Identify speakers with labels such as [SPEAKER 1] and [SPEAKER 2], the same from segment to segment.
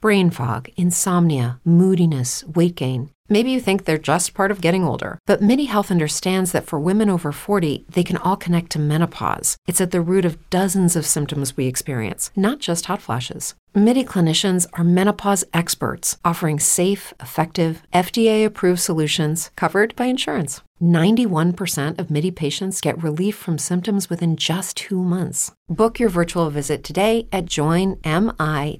[SPEAKER 1] brain fog, insomnia, moodiness, weight gain. Maybe you think they're just part of getting older, but MIDI Health understands that for women over 40, they can all connect to menopause. It's at the root of dozens of symptoms we experience, not just hot flashes. MIDI clinicians are menopause experts, offering safe, effective, FDA-approved solutions covered by insurance. 91% of MIDI patients get relief from symptoms within just 2 months. Book your virtual visit today at joinmidi.com.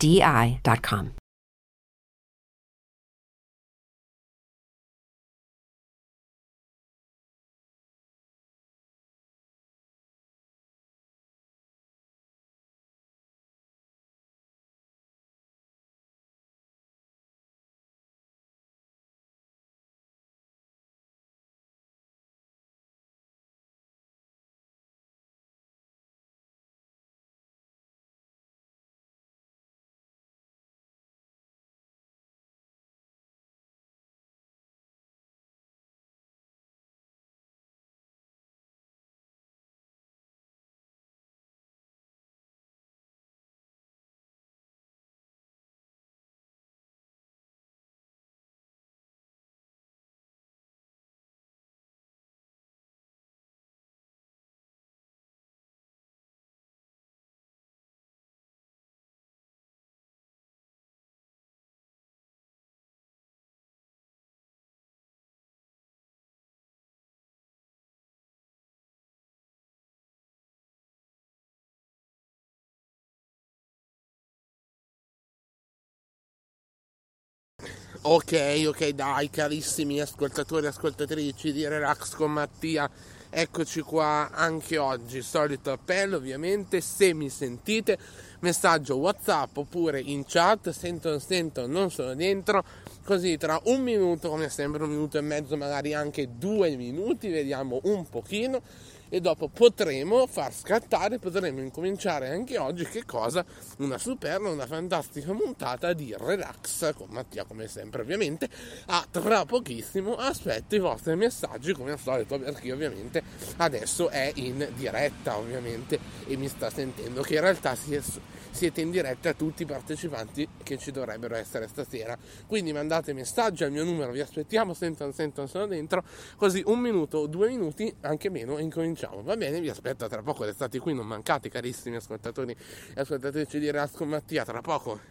[SPEAKER 2] Ok, dai, carissimi ascoltatori e ascoltatrici di Relax con Mattia, eccoci qua anche oggi. Solito appello, ovviamente, se mi sentite, messaggio WhatsApp oppure in chat, sento, non sono dentro, così tra un minuto, come sempre un minuto e mezzo, magari anche 2 minuti, vediamo un pochino. E dopo potremo far scattare, potremo incominciare anche oggi, che cosa? Una fantastica puntata di Relax con Mattia, come sempre ovviamente. Tra pochissimo aspetto i vostri messaggi come al solito, perché ovviamente adesso è in diretta ovviamente e mi sta sentendo, che in realtà siete in diretta a tutti i partecipanti che ci dovrebbero essere stasera, quindi mandate messaggi al mio numero, vi aspettiamo, sento, sono dentro, così 1 minuto o 2 minuti, anche meno, e incominciamo. Va bene, vi aspetto tra poco, restate qui, non mancate carissimi ascoltatori e ascoltatrici di Relax con Mattia, tra poco.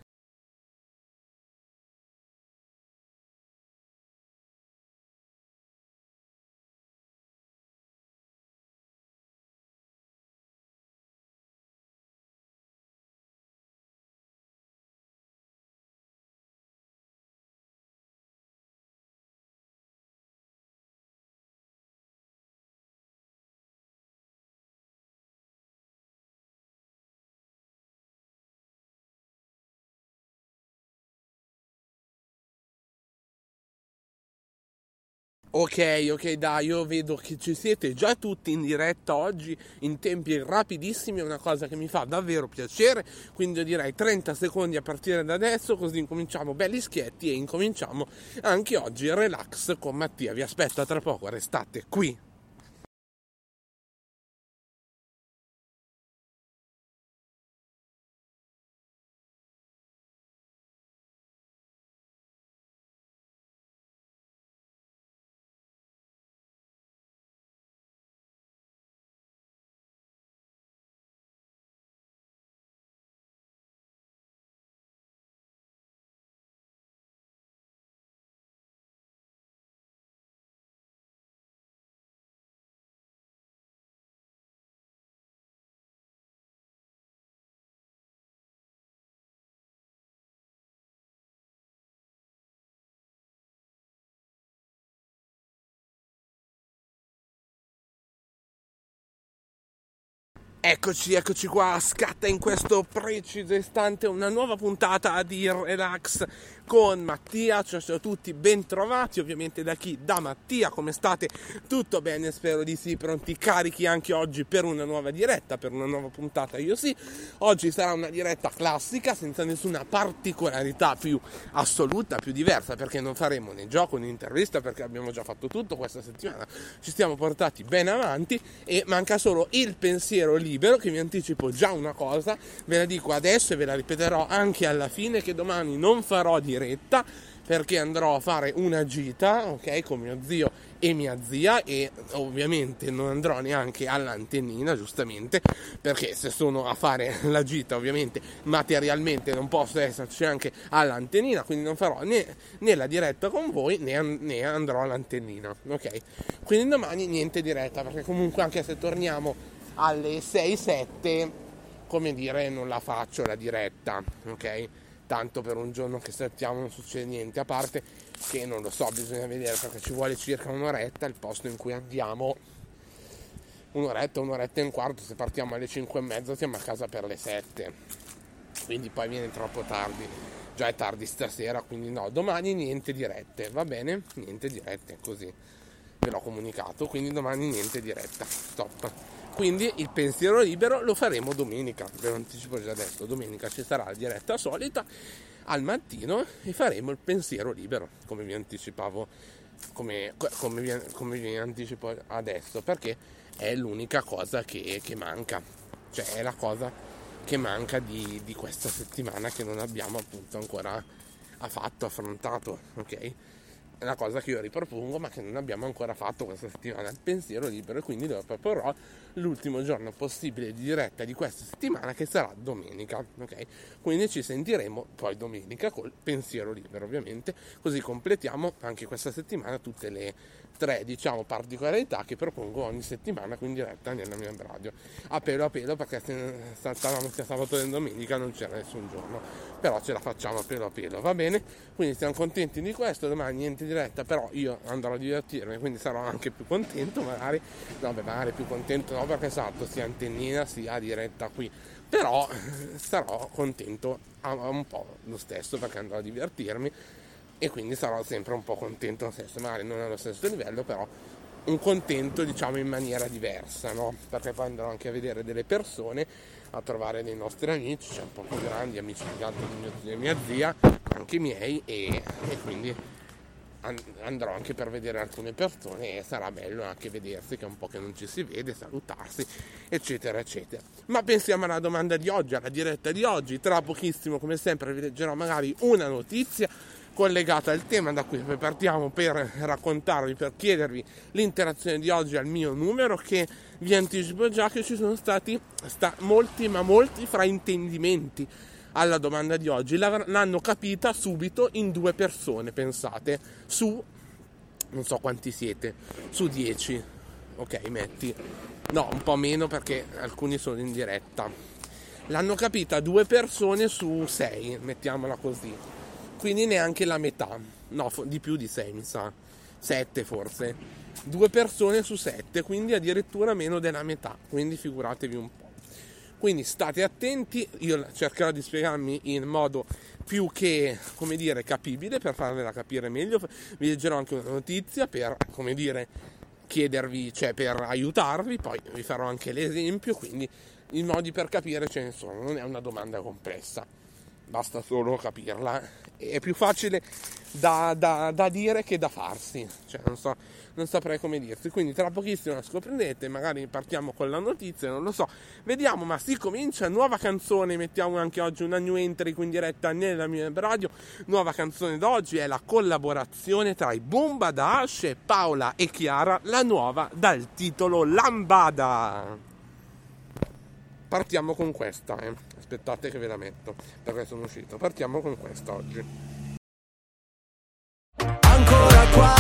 [SPEAKER 2] Ok, dai, io vedo che ci siete già tutti in diretta oggi in tempi rapidissimi, è una cosa che mi fa davvero piacere, quindi io direi 30 secondi a partire da adesso, così incominciamo belli schietti e incominciamo anche oggi Relax con Mattia. Vi aspetto tra poco, restate qui. Eccoci qua, scatta in questo preciso istante una nuova puntata di Relax con Mattia. Ciao a tutti, ben trovati, ovviamente da chi? Da Mattia. Come state? Tutto bene? Spero di sì, pronti carichi anche oggi per una nuova diretta, per una nuova puntata. Io sì, oggi sarà una diretta classica, senza nessuna particolarità più assoluta, più diversa, perché non faremo né gioco né intervista, perché abbiamo già fatto tutto questa settimana, ci stiamo portati ben avanti e manca solo il pensiero libero libero, che vi anticipo già una cosa, ve la dico adesso e ve la ripeterò anche alla fine, che domani non farò diretta perché andrò a fare una gita, ok, con mio zio e mia zia, e ovviamente non andrò neanche all'antennina, giustamente, perché se sono a fare la gita ovviamente materialmente non posso esserci anche all'antennina, quindi non farò né la diretta con voi né andrò all'antennina, ok? Quindi domani niente diretta, perché comunque anche se torniamo alle 6-7, come dire, non la faccio la diretta, ok? Tanto per un giorno che saltiamo non succede niente, a parte che non lo so, bisogna vedere, perché ci vuole circa un'oretta, il posto in cui andiamo, un'oretta e un quarto, se partiamo alle 5:30 siamo a casa per le 7, quindi poi viene troppo tardi, già è tardi stasera, quindi no, domani niente dirette, va bene? Niente dirette, così ve l'ho comunicato, quindi domani niente diretta, stop. Quindi il pensiero libero lo faremo domenica, ve lo anticipo già adesso, domenica ci sarà la diretta solita al mattino e faremo il pensiero libero, come vi anticipavo, come vi anticipo adesso, perché è l'unica cosa che manca, cioè è la cosa che manca di questa settimana, che non abbiamo appunto ancora affrontato, ok? È una cosa che io ripropongo ma che non abbiamo ancora fatto questa settimana, il pensiero libero, e quindi lo proporrò l'ultimo giorno possibile di diretta di questa settimana, che sarà domenica, ok? Quindi ci sentiremo poi domenica col pensiero libero, ovviamente, così completiamo anche questa settimana tutte le 3, diciamo, particolarità che propongo ogni settimana qui in diretta nella mia radio, a pelo, perché se saltavamo sia sabato e domenica non c'era nessun giorno, però ce la facciamo a pelo, va bene? Quindi siamo contenti di questo. Domani niente diretta, però io andrò a divertirmi, quindi sarò anche più contento, magari più contento no, perché esatto, sia antennina sia diretta qui, però sarò contento un po' lo stesso, perché andrò a divertirmi e quindi sarò sempre un po' contento lo stesso, magari non allo stesso livello, però un contento, diciamo, in maniera diversa, no? Perché poi andrò anche a vedere delle persone, a trovare dei nostri amici, cioè un po' più grandi, amici di altri di mio zio e mia zia, anche miei, e quindi andrò anche per vedere alcune persone, e sarà bello anche vedersi, che è un po' che non ci si vede, salutarsi, eccetera eccetera. Ma pensiamo alla domanda di oggi, alla diretta di oggi. Tra pochissimo, come sempre, vi leggerò magari una notizia collegata al tema da cui partiamo, per raccontarvi, per chiedervi l'interazione di oggi al mio numero, che vi anticipo già che ci sono stati molti fraintendimenti alla domanda di oggi. L'hanno capita subito in 2 persone, pensate, su non so quanti siete, su 10, ok, metti, no, un po' meno perché alcuni sono in diretta. L'hanno capita 2 persone su 6, mettiamola così, quindi neanche la metà, no, di più di 6 mi sa, 7 forse, 2 persone su 7, quindi addirittura meno della metà, quindi figuratevi un po'. Quindi state attenti, io cercherò di spiegarmi in modo più che, come dire, capibile, per farvela capire meglio. Vi leggerò anche una notizia per, come dire, chiedervi, cioè per aiutarvi, poi vi farò anche l'esempio, quindi i modi per capire ce ne sono, non è una domanda complessa, basta solo capirla, è più facile da dire che da farsi, cioè non saprei come dirsi. Quindi tra pochissimo la scoprirete, magari partiamo con la notizia, non lo so, vediamo, ma si comincia. Nuova canzone, mettiamo anche oggi una new entry qui in diretta nella mia radio. Nuova canzone d'oggi è la collaborazione tra i Bomba da Asce, Paola e Chiara, la nuova dal titolo Lambada. Partiamo con questa, aspettate che ve la metto perché sono uscito. Partiamo con questa oggi.
[SPEAKER 3] Ancora qua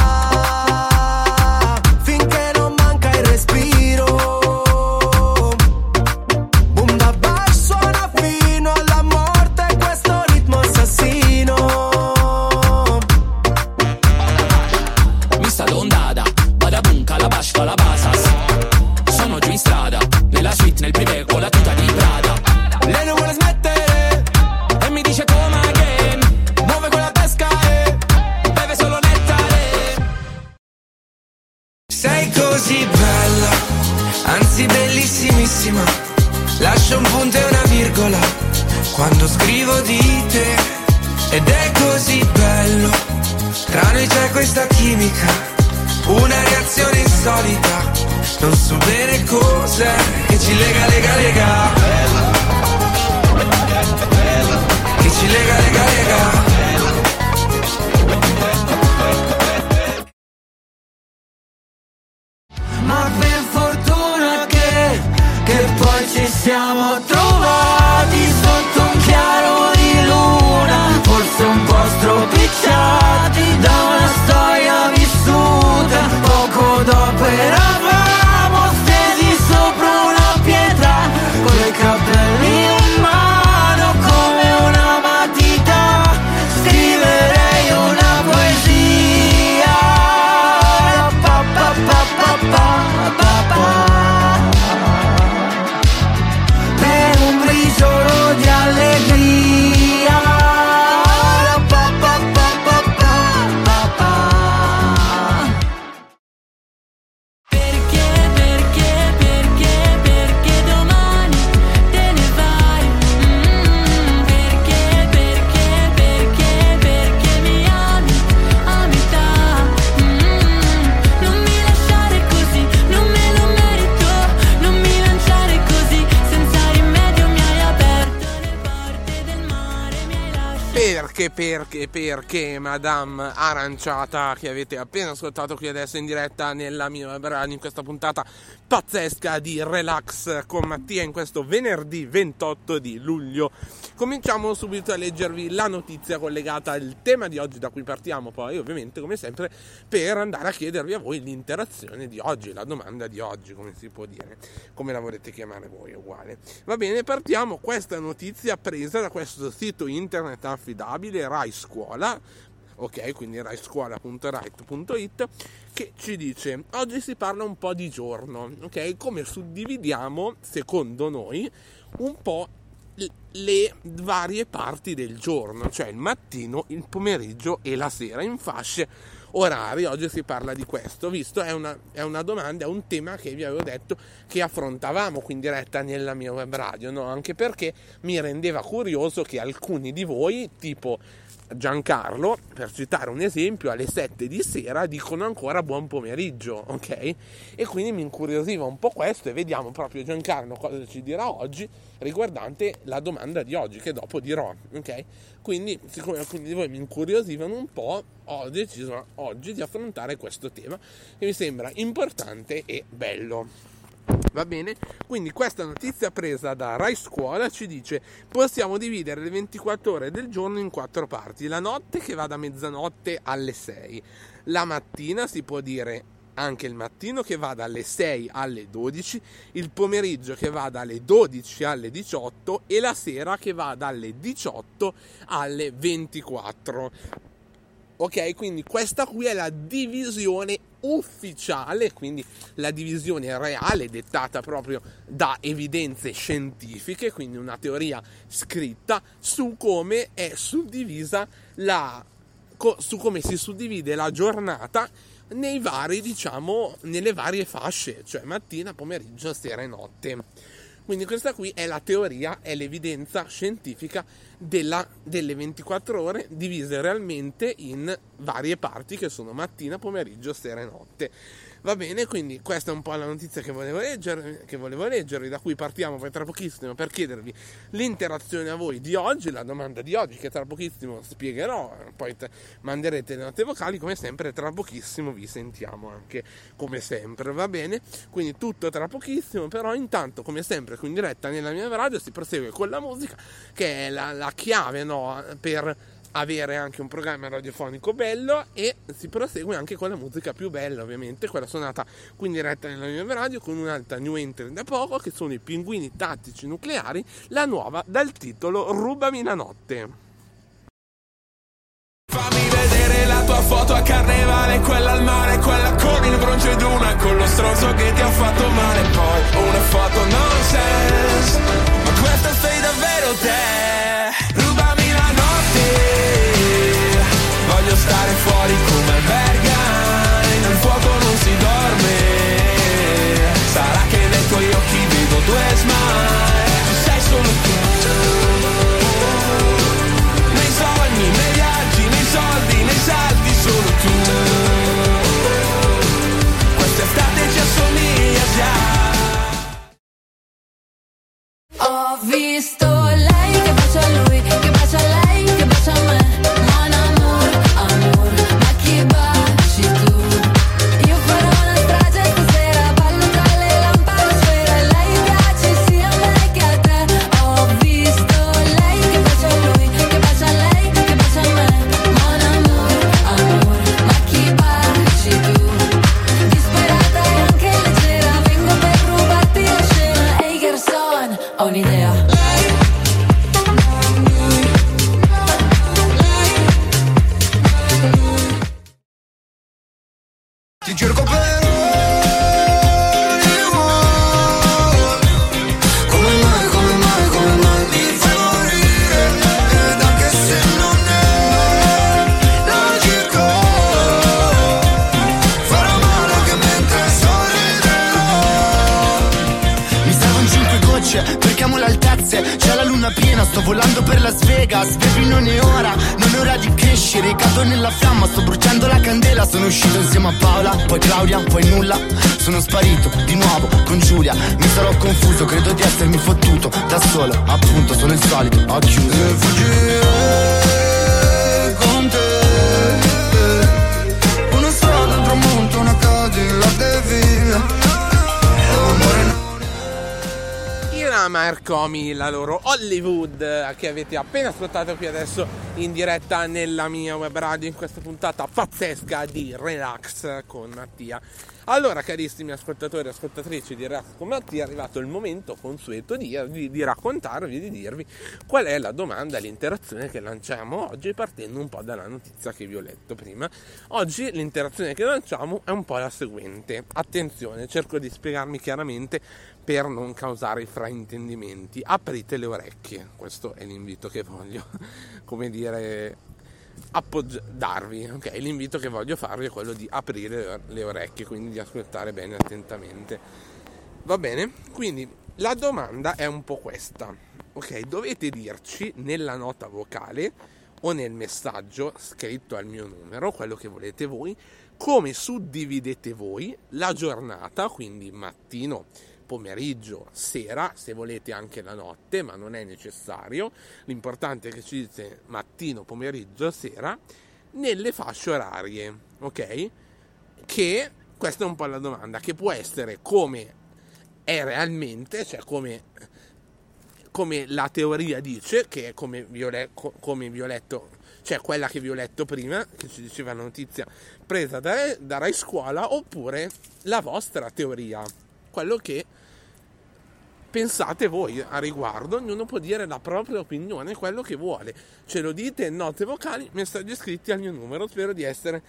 [SPEAKER 3] finché non manca il respiro. Boom da basso suona fino alla morte questo ritmo assassino. Mi sta d'ondata, vada bunca, la basca, la basas. Sono giù in strada, nella suite, nel privé con la tuta di Prada. Lei non vuole smettere e mi dice come again. Muove quella pesca e beve solo nettare. Sei così bella, anzi bellissimissima. Lascio un punto e una virgola quando scrivo di te. Ed è così bello, tra noi c'è questa chimica, una reazione insolita. non so bene cos'è che ci lega, lega, lega, che ci lega, lega, lega. Ma per fortuna che poi ci siamo trovati sotto un chiaro di luna, forse un po' stropicciati da una storia vissuta. Poco dopo eravamo stesi sopra una pietra, con i capelli in mano come una matita, scriverei una poesia. Pa, pa, pa, pa, pa, pa, pa. Per un briciolo di allegria. Pa, pa, pa, pa, pa, pa, pa. Perché domani te ne vai. Perché mi ami a metà. Non mi lasciare così, non me lo merito. Non mi lanciare così, senza rimedio mi hai aperto le porte del mare, mi hai lasciato.
[SPEAKER 2] Perché Madame Aranciata, che avete appena ascoltato qui adesso in diretta nella mia radio, in questa puntata pazzesca di Relax con Mattia, in questo venerdì 28 di luglio. Cominciamo subito a leggervi la notizia collegata al tema di oggi, da cui partiamo poi ovviamente come sempre per andare a chiedervi a voi l'interazione di oggi, la domanda di oggi, come si può dire, come la volete chiamare voi, è uguale. Va bene, partiamo. Questa notizia presa da questo sito internet affidabile Rai Scuola, ok, quindi raiscuola.rai.it, che ci dice: oggi si parla un po' di giorno, ok, come suddividiamo secondo noi un po' le varie parti del giorno, cioè il mattino, il pomeriggio e la sera, in fasce orarie. Oggi si parla di questo, visto è una domanda, è un tema che vi avevo detto che affrontavamo qui in diretta nella mia web radio, no? Anche perché mi rendeva curioso che alcuni di voi, tipo Giancarlo, per citare un esempio, alle 7 di sera dicono ancora buon pomeriggio, ok? E quindi mi incuriosiva un po' questo, e vediamo proprio Giancarlo cosa ci dirà oggi riguardante la domanda di oggi, che dopo dirò, ok? Quindi, siccome alcuni di voi mi incuriosivano un po', ho deciso oggi di affrontare questo tema che mi sembra importante e bello. Va bene? Quindi questa notizia presa da Rai Scuola ci dice: possiamo dividere le 24 ore del giorno in 4 parti. La notte, che va da mezzanotte alle 6. La mattina, si può dire anche il mattino, che va dalle 6 alle 12. Il pomeriggio, che va dalle 12 alle 18. E la sera, che va dalle 18 alle 24. Ok, quindi questa qui è la divisione ufficiale, quindi la divisione reale dettata proprio da evidenze scientifiche, quindi una teoria scritta su come è suddivisa su come si suddivide la giornata nei vari, diciamo, nelle varie fasce, cioè mattina, pomeriggio, sera e notte. Quindi questa qui è la teoria, è l'evidenza scientifica delle 24 ore divise realmente in varie parti, che sono mattina, pomeriggio, sera e notte. Va bene, quindi questa è un po' la notizia che volevo leggervi, da cui partiamo poi tra pochissimo per chiedervi l'interazione a voi di oggi, la domanda di oggi che tra pochissimo spiegherò, poi manderete le note vocali, come sempre tra pochissimo vi sentiamo anche come sempre, va bene? Quindi tutto tra pochissimo, però intanto come sempre qui in diretta nella mia radio si prosegue con la musica, che è la chiave, no, per avere anche un programma radiofonico bello, e si prosegue anche con la musica più bella, ovviamente quella suonata qui in diretta nella mia radio con un'altra new entry da poco, che sono i Pinguini Tattici Nucleari, la nuova dal titolo Rubami la notte.
[SPEAKER 3] Fammi vedere la tua foto a carnevale, quella al mare, quella con il bronzo ed una con lo stronzo che ti ha fatto male, poi una foto nonsense, ma questa sei davvero te. Rubami la notte, voglio stare fuori come Berghain, nel fuoco non si dorme, sarà che nei tuoi occhi vedo 2 smile, ci sei solo tu, nei sogni, nei viaggi, nei soldi, nei saldi, solo tu. Quest'estate ci assomiglia
[SPEAKER 4] candela, sprechi non è ora, non è ora di crescere, cado nella fiamma, sto bruciando la candela. Sono uscito insieme a Paola, poi Claudia, poi nulla, sono sparito di nuovo con Giulia. Mi sarò confuso, credo di essermi fottuto da solo, appunto sono il solito, ho chiuso. E fuggire con te, una strada, un tramonto, una Cadillac via.
[SPEAKER 2] Marcomi, la loro Hollywood, che avete appena ascoltato qui adesso in diretta nella mia web radio in questa puntata pazzesca di Relax con Mattia. Allora, carissimi ascoltatori e ascoltatrici di Relax con Mattia, è arrivato il momento consueto di raccontarvi, di dirvi qual è la domanda, l'interazione che lanciamo oggi, partendo un po' dalla notizia che vi ho letto prima. Oggi l'interazione che lanciamo è un po' la seguente. Attenzione, cerco di spiegarmi chiaramente per non causare fraintendimenti. Aprite le orecchie, questo è l'invito che voglio, come dire, darvi, ok? L'invito che voglio farvi è quello di aprire le orecchie, quindi di ascoltare bene attentamente, va bene? Quindi la domanda è un po' questa, ok? Dovete dirci nella nota vocale o nel messaggio scritto al mio numero, quello che volete voi, come suddividete voi la giornata, quindi mattino, pomeriggio, sera, se volete anche la notte, ma non è necessario, l'importante è che ci dite mattino, pomeriggio, sera, nelle fasce orarie, ok? Che questa è un po' la domanda, che può essere come è realmente, cioè come la teoria dice, che è come vi ho letto, cioè quella che vi ho letto prima, che ci diceva la notizia presa da Rai Scuola, oppure la vostra teoria, quello che pensate voi a riguardo. Ognuno può dire la propria opinione, quello che vuole. Ce lo dite in note vocali, messaggi scritti al mio numero. Spero di essere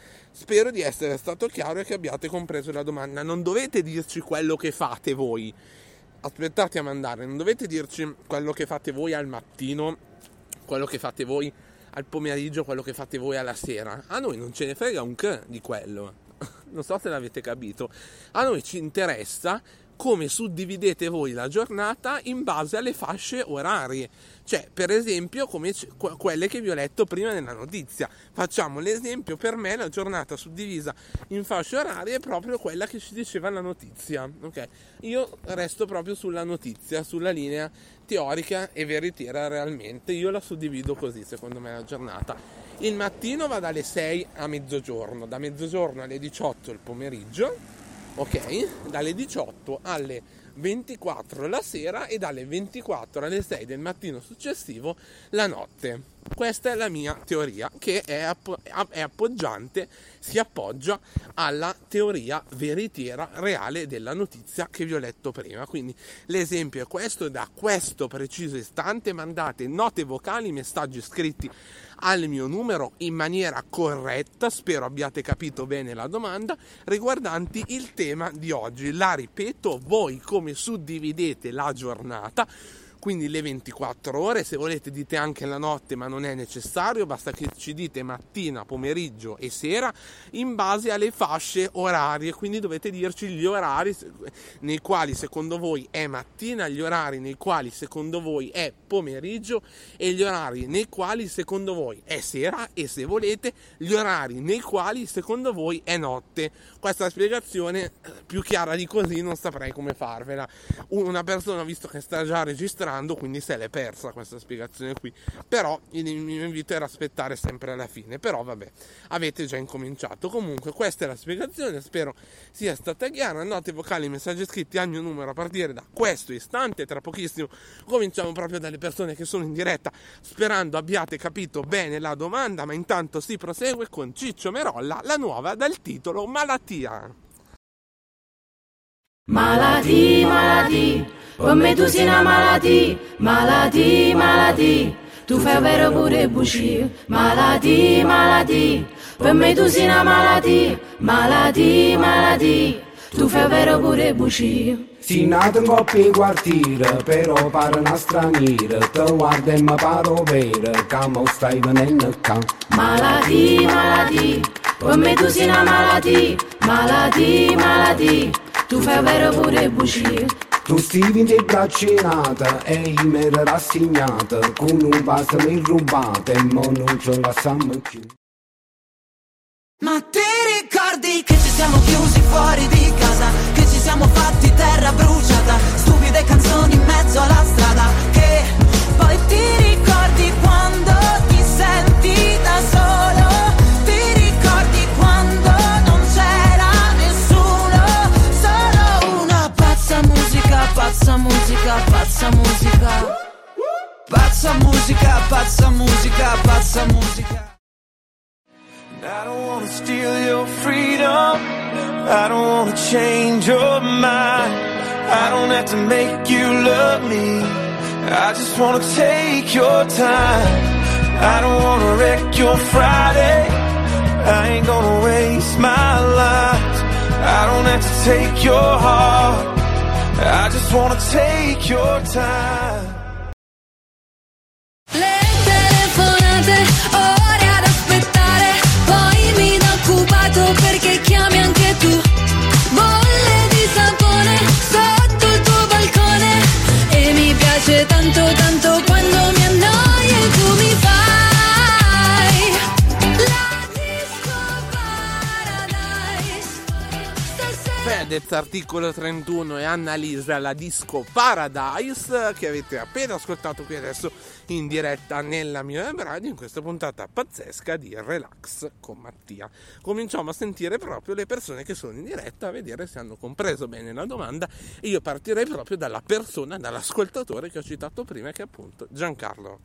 [SPEAKER 2] stato chiaro e che abbiate compreso la domanda. Non dovete dirci quello che fate voi, aspettate a mandare, non dovete dirci quello che fate voi al mattino, quello che fate voi al pomeriggio, quello che fate voi alla sera. A noi non ce ne frega un c di quello, non so se l'avete capito. A noi ci interessa come suddividete voi la giornata in base alle fasce orarie, cioè per esempio come quelle che vi ho letto prima nella notizia. Facciamo l'esempio: per me la giornata suddivisa in fasce orarie è proprio quella che ci diceva la notizia, ok? Io resto proprio sulla notizia, sulla linea teorica e veritiera. Realmente io la suddivido così, secondo me, la giornata. Il mattino va dalle 6 a mezzogiorno, da mezzogiorno alle 18 il pomeriggio, ok? Dalle 18 alle 24 la sera e dalle 24 alle 6 del mattino successivo la notte. Questa è la mia teoria, che è appoggiante, si appoggia alla teoria veritiera reale della notizia che vi ho letto prima. Quindi l'esempio è questo: da questo preciso istante mandate note vocali, messaggi scritti al mio numero in maniera corretta, spero abbiate capito bene la domanda, riguardanti il tema di oggi. La ripeto: voi come suddividete la giornata, quindi le 24 ore, se volete dite anche la notte, ma non è necessario, basta che ci dite mattina, pomeriggio e sera in base alle fasce orarie. Quindi dovete dirci gli orari nei quali secondo voi è mattina, gli orari nei quali secondo voi è pomeriggio e gli orari nei quali secondo voi è sera, e se volete gli orari nei quali secondo voi è notte. Questa spiegazione più chiara di così non saprei come farvela. Una persona, visto che sta già registrando, quindi se l'è persa questa spiegazione qui, però il mio invito era aspettare sempre alla fine. Però vabbè, avete già incominciato. Comunque questa è la spiegazione, spero sia stata chiara. Note vocali, messaggi scritti al mio numero a partire da questo istante. Tra pochissimo cominciamo proprio dalle persone che sono in diretta, sperando abbiate capito bene la domanda, ma intanto si prosegue con Ciccio Merolla, la nuova dal titolo Malattia.
[SPEAKER 5] Malattia, per me tu sei una malattia, tu fai vero pure bugie. Malattia, per me tu sei una malattia, tu fai vero pure bugie.
[SPEAKER 6] Si nato in coppia in quartiere, però pare una straniera, te guarda e mi paro vero, che mo stai venendo qua.
[SPEAKER 5] Malattia, per me tu sei una malattia, tu fai vero pure bugie.
[SPEAKER 6] Tu stivi di braccinata e io mi ero rassegnata, con un vaso mi rubate e mo non ce la lasciamo più.
[SPEAKER 7] Ma ti ricordi che ci siamo chiusi fuori di casa, che ci siamo fatti terra bruciata, stupide canzoni in mezzo alla strada, che poi ti ricordi quando ti senti da solo, ti ricordi quando non c'era nessuno, solo una pazza musica, pazza musica, pazza musica, pazza musica, pazza musica, pazza musica.
[SPEAKER 8] I don't wanna steal your freedom, I don't wanna change your mind, I don't have to make you love me, I just wanna take your time, I don't wanna wreck your Friday, I ain't gonna waste my life, I don't have to take your heart, I just wanna take your time.
[SPEAKER 5] Le telefonate, ore ad aspettare, poi mi do occupato perché chiami anche tu. Bolle di sapone sotto il tuo balcone e mi piace tanto tanto quando mi annoio e tu mi fai la disco paradise.
[SPEAKER 2] Fedez, articolo 31 e Annalisa, la disco Paradise, che avete appena ascoltato qui adesso in diretta nella mia web radio in questa puntata pazzesca di Relax con Mattia. Cominciamo a sentire proprio le persone che sono in diretta, a vedere se hanno compreso bene la domanda, e io partirei proprio dalla persona, dall'ascoltatore che ho citato prima, che è appunto Giancarlo.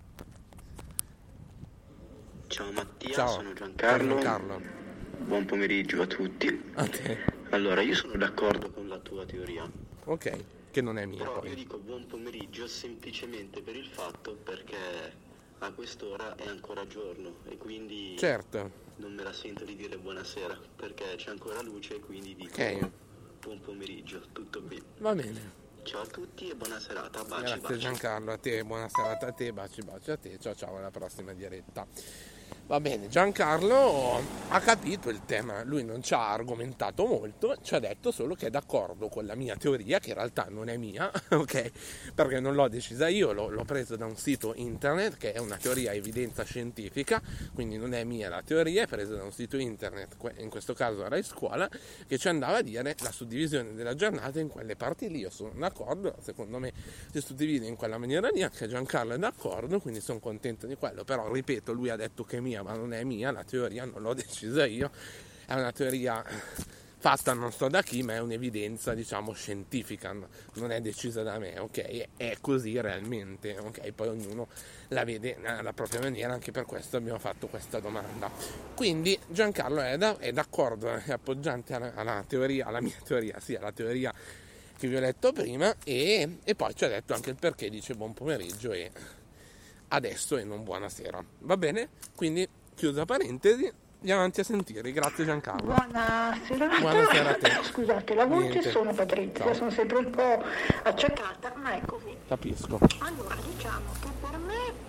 [SPEAKER 9] Ciao Mattia,
[SPEAKER 2] Ciao.
[SPEAKER 9] sono Giancarlo.
[SPEAKER 2] Giancarlo.
[SPEAKER 9] Buon pomeriggio a tutti.
[SPEAKER 2] A te.
[SPEAKER 9] Allora, io sono d'accordo con la tua teoria,
[SPEAKER 2] Ok, che non è mia
[SPEAKER 9] però
[SPEAKER 2] poi.
[SPEAKER 9] io dico buon pomeriggio semplicemente per il fatto perché a quest'ora è ancora giorno e quindi
[SPEAKER 2] Certo.
[SPEAKER 9] non me la sento di dire buonasera perché c'è ancora luce e quindi dico
[SPEAKER 2] Ok.
[SPEAKER 9] buon pomeriggio, tutto qui.
[SPEAKER 2] Va bene.
[SPEAKER 9] Ciao a tutti e buona serata, baci
[SPEAKER 2] Grazie
[SPEAKER 9] baci.
[SPEAKER 2] Giancarlo, a te, buona serata a te, baci baci a te, ciao ciao, alla prossima diretta. Va bene, Giancarlo ha capito il tema, lui non ci ha argomentato molto, ci ha detto solo che è d'accordo con la mia teoria, che in realtà non è mia, ok? Perché non l'ho decisa io, l'ho presa da un sito internet, che è una teoria a evidenza scientifica, quindi non è mia la teoria, è presa da un sito internet, in questo caso Rai Scuola, che ci andava a dire la suddivisione della giornata in quelle parti lì. Io sono d'accordo, secondo me si suddivide in quella maniera lì, anche Giancarlo è d'accordo, quindi sono contento di quello, però ripeto, lui ha detto che è mia, ma non è mia, la teoria non l'ho decisa io, è una teoria fatta non so da chi, ma è un'evidenza diciamo scientifica, non è decisa da me, ok? È così realmente, ok? Poi ognuno la vede alla propria maniera, anche per questo abbiamo fatto questa domanda. Quindi Giancarlo è d'accordo, è appoggiante alla teoria, alla mia teoria, sì, alla teoria che vi ho letto prima, e poi ci ha detto anche il perché, dice buon pomeriggio e adesso e non buonasera. Va bene? Quindi chiusa parentesi, andiamo avanti a sentire. Grazie Giancarlo.
[SPEAKER 10] Buonasera.
[SPEAKER 2] Buonasera a te.
[SPEAKER 10] Scusate la voce,
[SPEAKER 2] Niente.
[SPEAKER 10] sono Patrizia,
[SPEAKER 2] Ciao.
[SPEAKER 10] sono sempre un po' accecata, ma è così.
[SPEAKER 2] Capisco.
[SPEAKER 10] Allora, diciamo che per me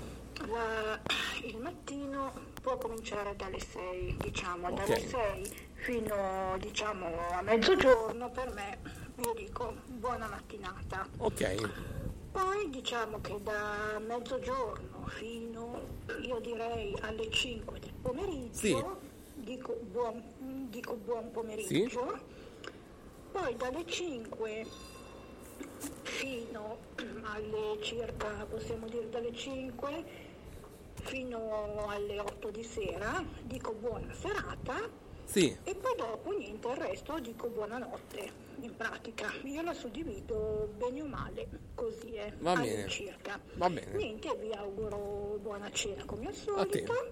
[SPEAKER 10] il mattino può cominciare dalle 6, diciamo,
[SPEAKER 2] Ok.
[SPEAKER 10] dalle 6 fino, diciamo, a mezzogiorno, per me, io dico buona mattinata.
[SPEAKER 2] Ok.
[SPEAKER 10] Poi diciamo che da mezzogiorno fino, io direi, alle 5 del pomeriggio,
[SPEAKER 2] Sì.
[SPEAKER 10] dico buon pomeriggio, poi dalle 5 fino alle circa, possiamo dire dalle 5 fino alle 8 di sera, dico buona serata.
[SPEAKER 2] Sì.
[SPEAKER 10] E poi dopo niente, il resto dico buonanotte. In pratica io la suddivido bene o male, così è,
[SPEAKER 2] Va bene.
[SPEAKER 10] all'incirca.
[SPEAKER 2] Va bene.
[SPEAKER 10] Niente, vi auguro buona cena come al
[SPEAKER 2] A te.
[SPEAKER 10] solito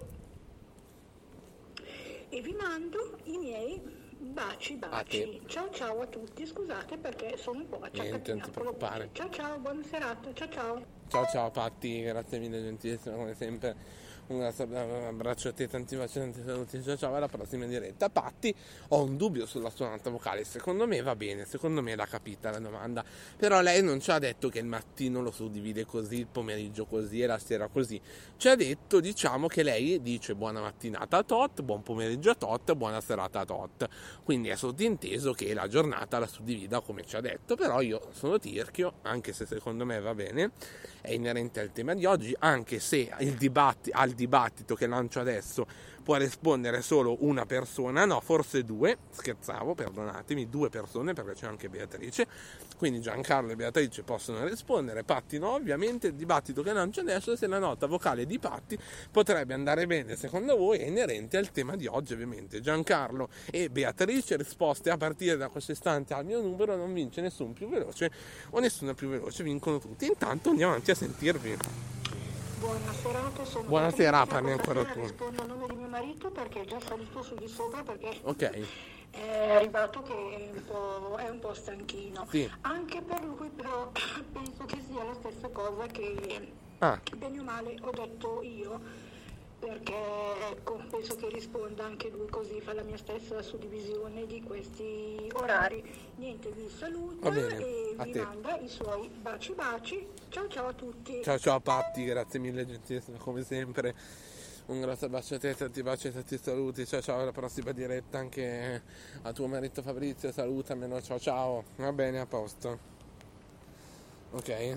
[SPEAKER 10] e vi mando i miei baci.
[SPEAKER 2] A te.
[SPEAKER 10] Ciao ciao a tutti, scusate perché sono un po'
[SPEAKER 2] Niente,
[SPEAKER 10] acciaccatina.
[SPEAKER 2] non ti preoccupare.
[SPEAKER 10] Ciao ciao, buona serata, ciao ciao.
[SPEAKER 2] Ciao ciao Patti, grazie mille, gentilissima come sempre. un abbraccio a te, tanti baci, tanti saluti, ciao, alla prossima diretta. Patti, ho un dubbio sulla sua nota vocale, secondo me va bene, secondo me l'ha capita la domanda, però lei non ci ha detto che il mattino lo suddivide così, il pomeriggio così e la sera così, ci ha detto, diciamo, che lei dice buona mattinata a tot, buon pomeriggio a tot, buona serata a tot, quindi è sottinteso che la giornata la suddivida come ci ha detto, però io sono tirchio, anche se secondo me va bene, è inerente al tema di oggi, anche se al dibattito che lancio adesso può rispondere solo una persona, no, forse due, scherzavo, perdonatemi, 2 persone, perché c'è anche Beatrice, quindi Giancarlo e Beatrice possono rispondere, Patti no. Ovviamente il dibattito che lancio adesso è se la nota vocale di Patti potrebbe andare bene secondo voi, è inerente al tema di oggi. Ovviamente Giancarlo e Beatrice, risposte a partire da questo istante al mio numero, non vince nessuno più veloce o nessuna più veloce, vincono tutti. Intanto andiamo avanti a sentirvi.
[SPEAKER 10] Buonasera,
[SPEAKER 2] buonasera, parli ancora tu.
[SPEAKER 10] Rispondo a nome di mio marito perché è già salito su di sopra, perché
[SPEAKER 2] ok,
[SPEAKER 10] è arrivato che è un po' stanchino.
[SPEAKER 2] Sì.
[SPEAKER 10] Anche per lui però penso che sia la stessa cosa che bene o male ho detto io, perché ecco, penso che risponda anche lui così, fa la mia stessa suddivisione di questi orari. Niente, vi saluta e vi manda i suoi baci. Ciao a tutti.
[SPEAKER 2] Ciao Patti, grazie mille, gentilissima come sempre. Un grosso bacio a te, tanti baci e tanti saluti. Ciao, alla prossima diretta anche a tuo marito Fabrizio, salutamelo, ciao. Va bene, a posto. Ok,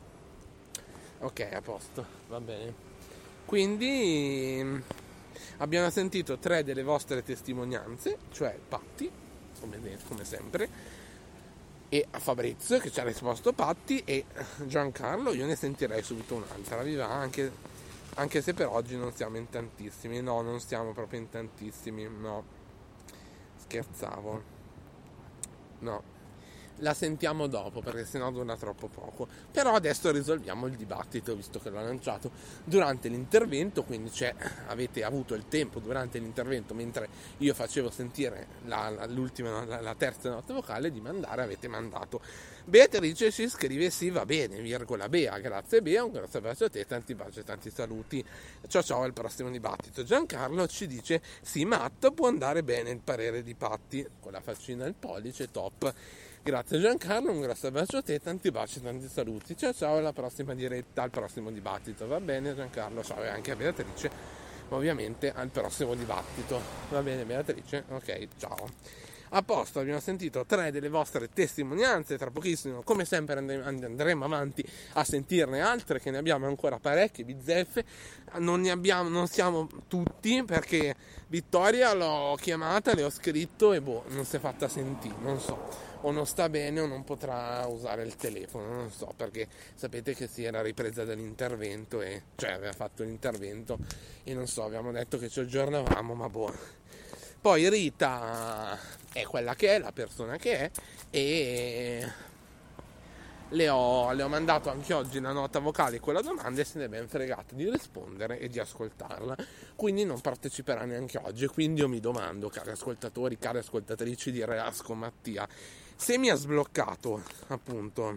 [SPEAKER 2] a posto, va bene. Quindi abbiamo sentito 3 delle vostre testimonianze, cioè Patti, come sempre, e a Fabrizio che ci ha risposto Patti, e Giancarlo. Io ne sentirei subito un'altra, viva, anche se per oggi non siamo in tantissimi. No, non siamo proprio in tantissimi, no, scherzavo, no, la sentiamo dopo perché sennò dura troppo poco. Però adesso risolviamo il dibattito, visto che l'ho lanciato durante l'intervento, quindi avete avuto il tempo durante l'intervento, mentre io facevo sentire la terza nota vocale, di mandare, avete mandato. Beatrice ci scrive sì, va bene, virgola Bea, grazie Bea, un grosso bacio a te, tanti baci e tanti saluti, ciao, al prossimo dibattito. Giancarlo ci dice sì, Matt, può andare bene il parere di Patti, con la faccina al pollice, top. Grazie Giancarlo, un grosso bacio a te, tanti baci e tanti saluti, ciao, alla prossima diretta, al prossimo dibattito. Va bene Giancarlo, ciao, e anche a Beatrice, ovviamente al prossimo dibattito. Va bene Beatrice, ok, ciao. A posto, abbiamo sentito 3 delle vostre testimonianze, tra pochissimo come sempre andremo avanti a sentirne altre, che ne abbiamo ancora parecchie, bizzeffe. Non siamo tutti, perché Vittoria l'ho chiamata, le ho scritto e non si è fatta sentire, non so, o non sta bene o non potrà usare il telefono, non so, perché sapete che si era ripresa dall'intervento, aveva fatto l'intervento e non so, abbiamo detto che ci aggiornavamo, ma Poi Rita è quella che è, la persona che è, e le ho mandato anche oggi la nota vocale con la domanda e se ne è ben fregata di rispondere e di ascoltarla, quindi non parteciperà neanche oggi. Quindi io mi domando, cari ascoltatori, cari ascoltatrici di Reasco Mattia, se mi ha sbloccato, appunto,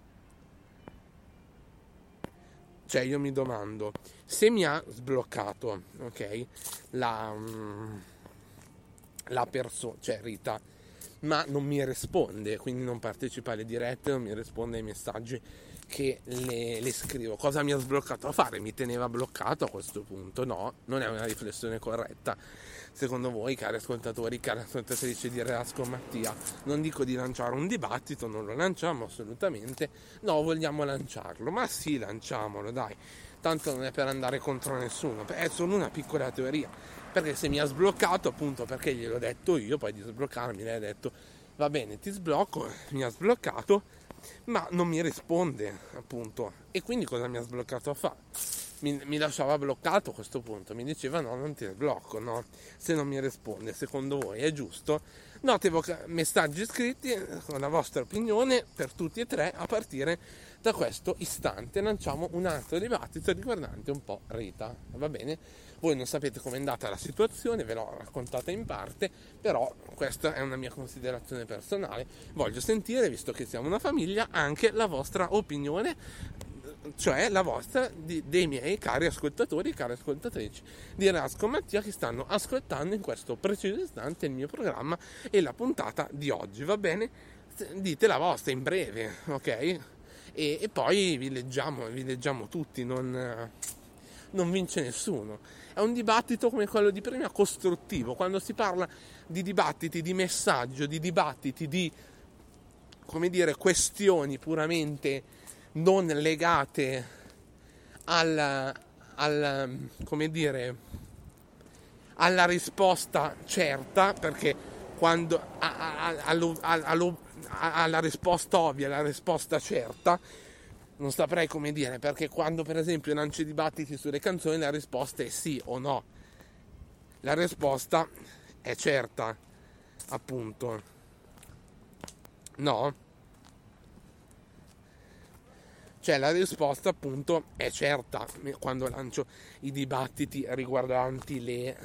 [SPEAKER 2] cioè io mi domando se mi ha sbloccato, ok, la persona, cioè Rita, ma non mi risponde, quindi non partecipa alle dirette, non mi risponde ai messaggi che le scrivo. Cosa mi ha sbloccato a fare? Mi teneva bloccato a questo punto? No, non è una riflessione corretta. Secondo voi, cari ascoltatori, cari ascoltatrici di Reasco Mattia, non dico di lanciare un dibattito, non lo lanciamo assolutamente, no, vogliamo lanciarlo, ma sì, lanciamolo, dai, tanto non è per andare contro nessuno, è solo una piccola teoria, perché se mi ha sbloccato, appunto perché gliel'ho detto io, poi di sbloccarmi lei ha detto va bene, ti sblocco, mi ha sbloccato, ma non mi risponde, appunto, e quindi cosa mi ha sbloccato a fare? Mi lasciava bloccato a questo punto, mi diceva no, non ti sblocco, no, se non mi risponde. Secondo voi è giusto? Note messaggi scritti con la vostra opinione per tutti e 3 a partire da questo istante. Lanciamo un altro dibattito riguardante un po' Rita, va bene? Voi non sapete com'è andata la situazione, ve l'ho raccontata in parte, però questa è una mia considerazione personale. Voglio sentire, visto che siamo una famiglia, anche la vostra opinione cioè la vostra, dei miei cari ascoltatori e cari ascoltatrici di Relax con Mattia, che stanno ascoltando in questo preciso istante il mio programma e la puntata di oggi, va bene? Dite la vostra in breve, ok? E poi vi leggiamo tutti, non vince nessuno. È un dibattito come quello di prima, costruttivo. Quando si parla di dibattiti di messaggio, di dibattiti di, come dire, questioni puramente non legate alla risposta certa, perché quando alla risposta ovvia, alla risposta certa, non saprei come dire, perché quando per esempio lancio dibattiti sulle canzoni la risposta è sì o no, la risposta è certa, appunto, no? Cioè la risposta appunto è certa quando lancio i dibattiti riguardanti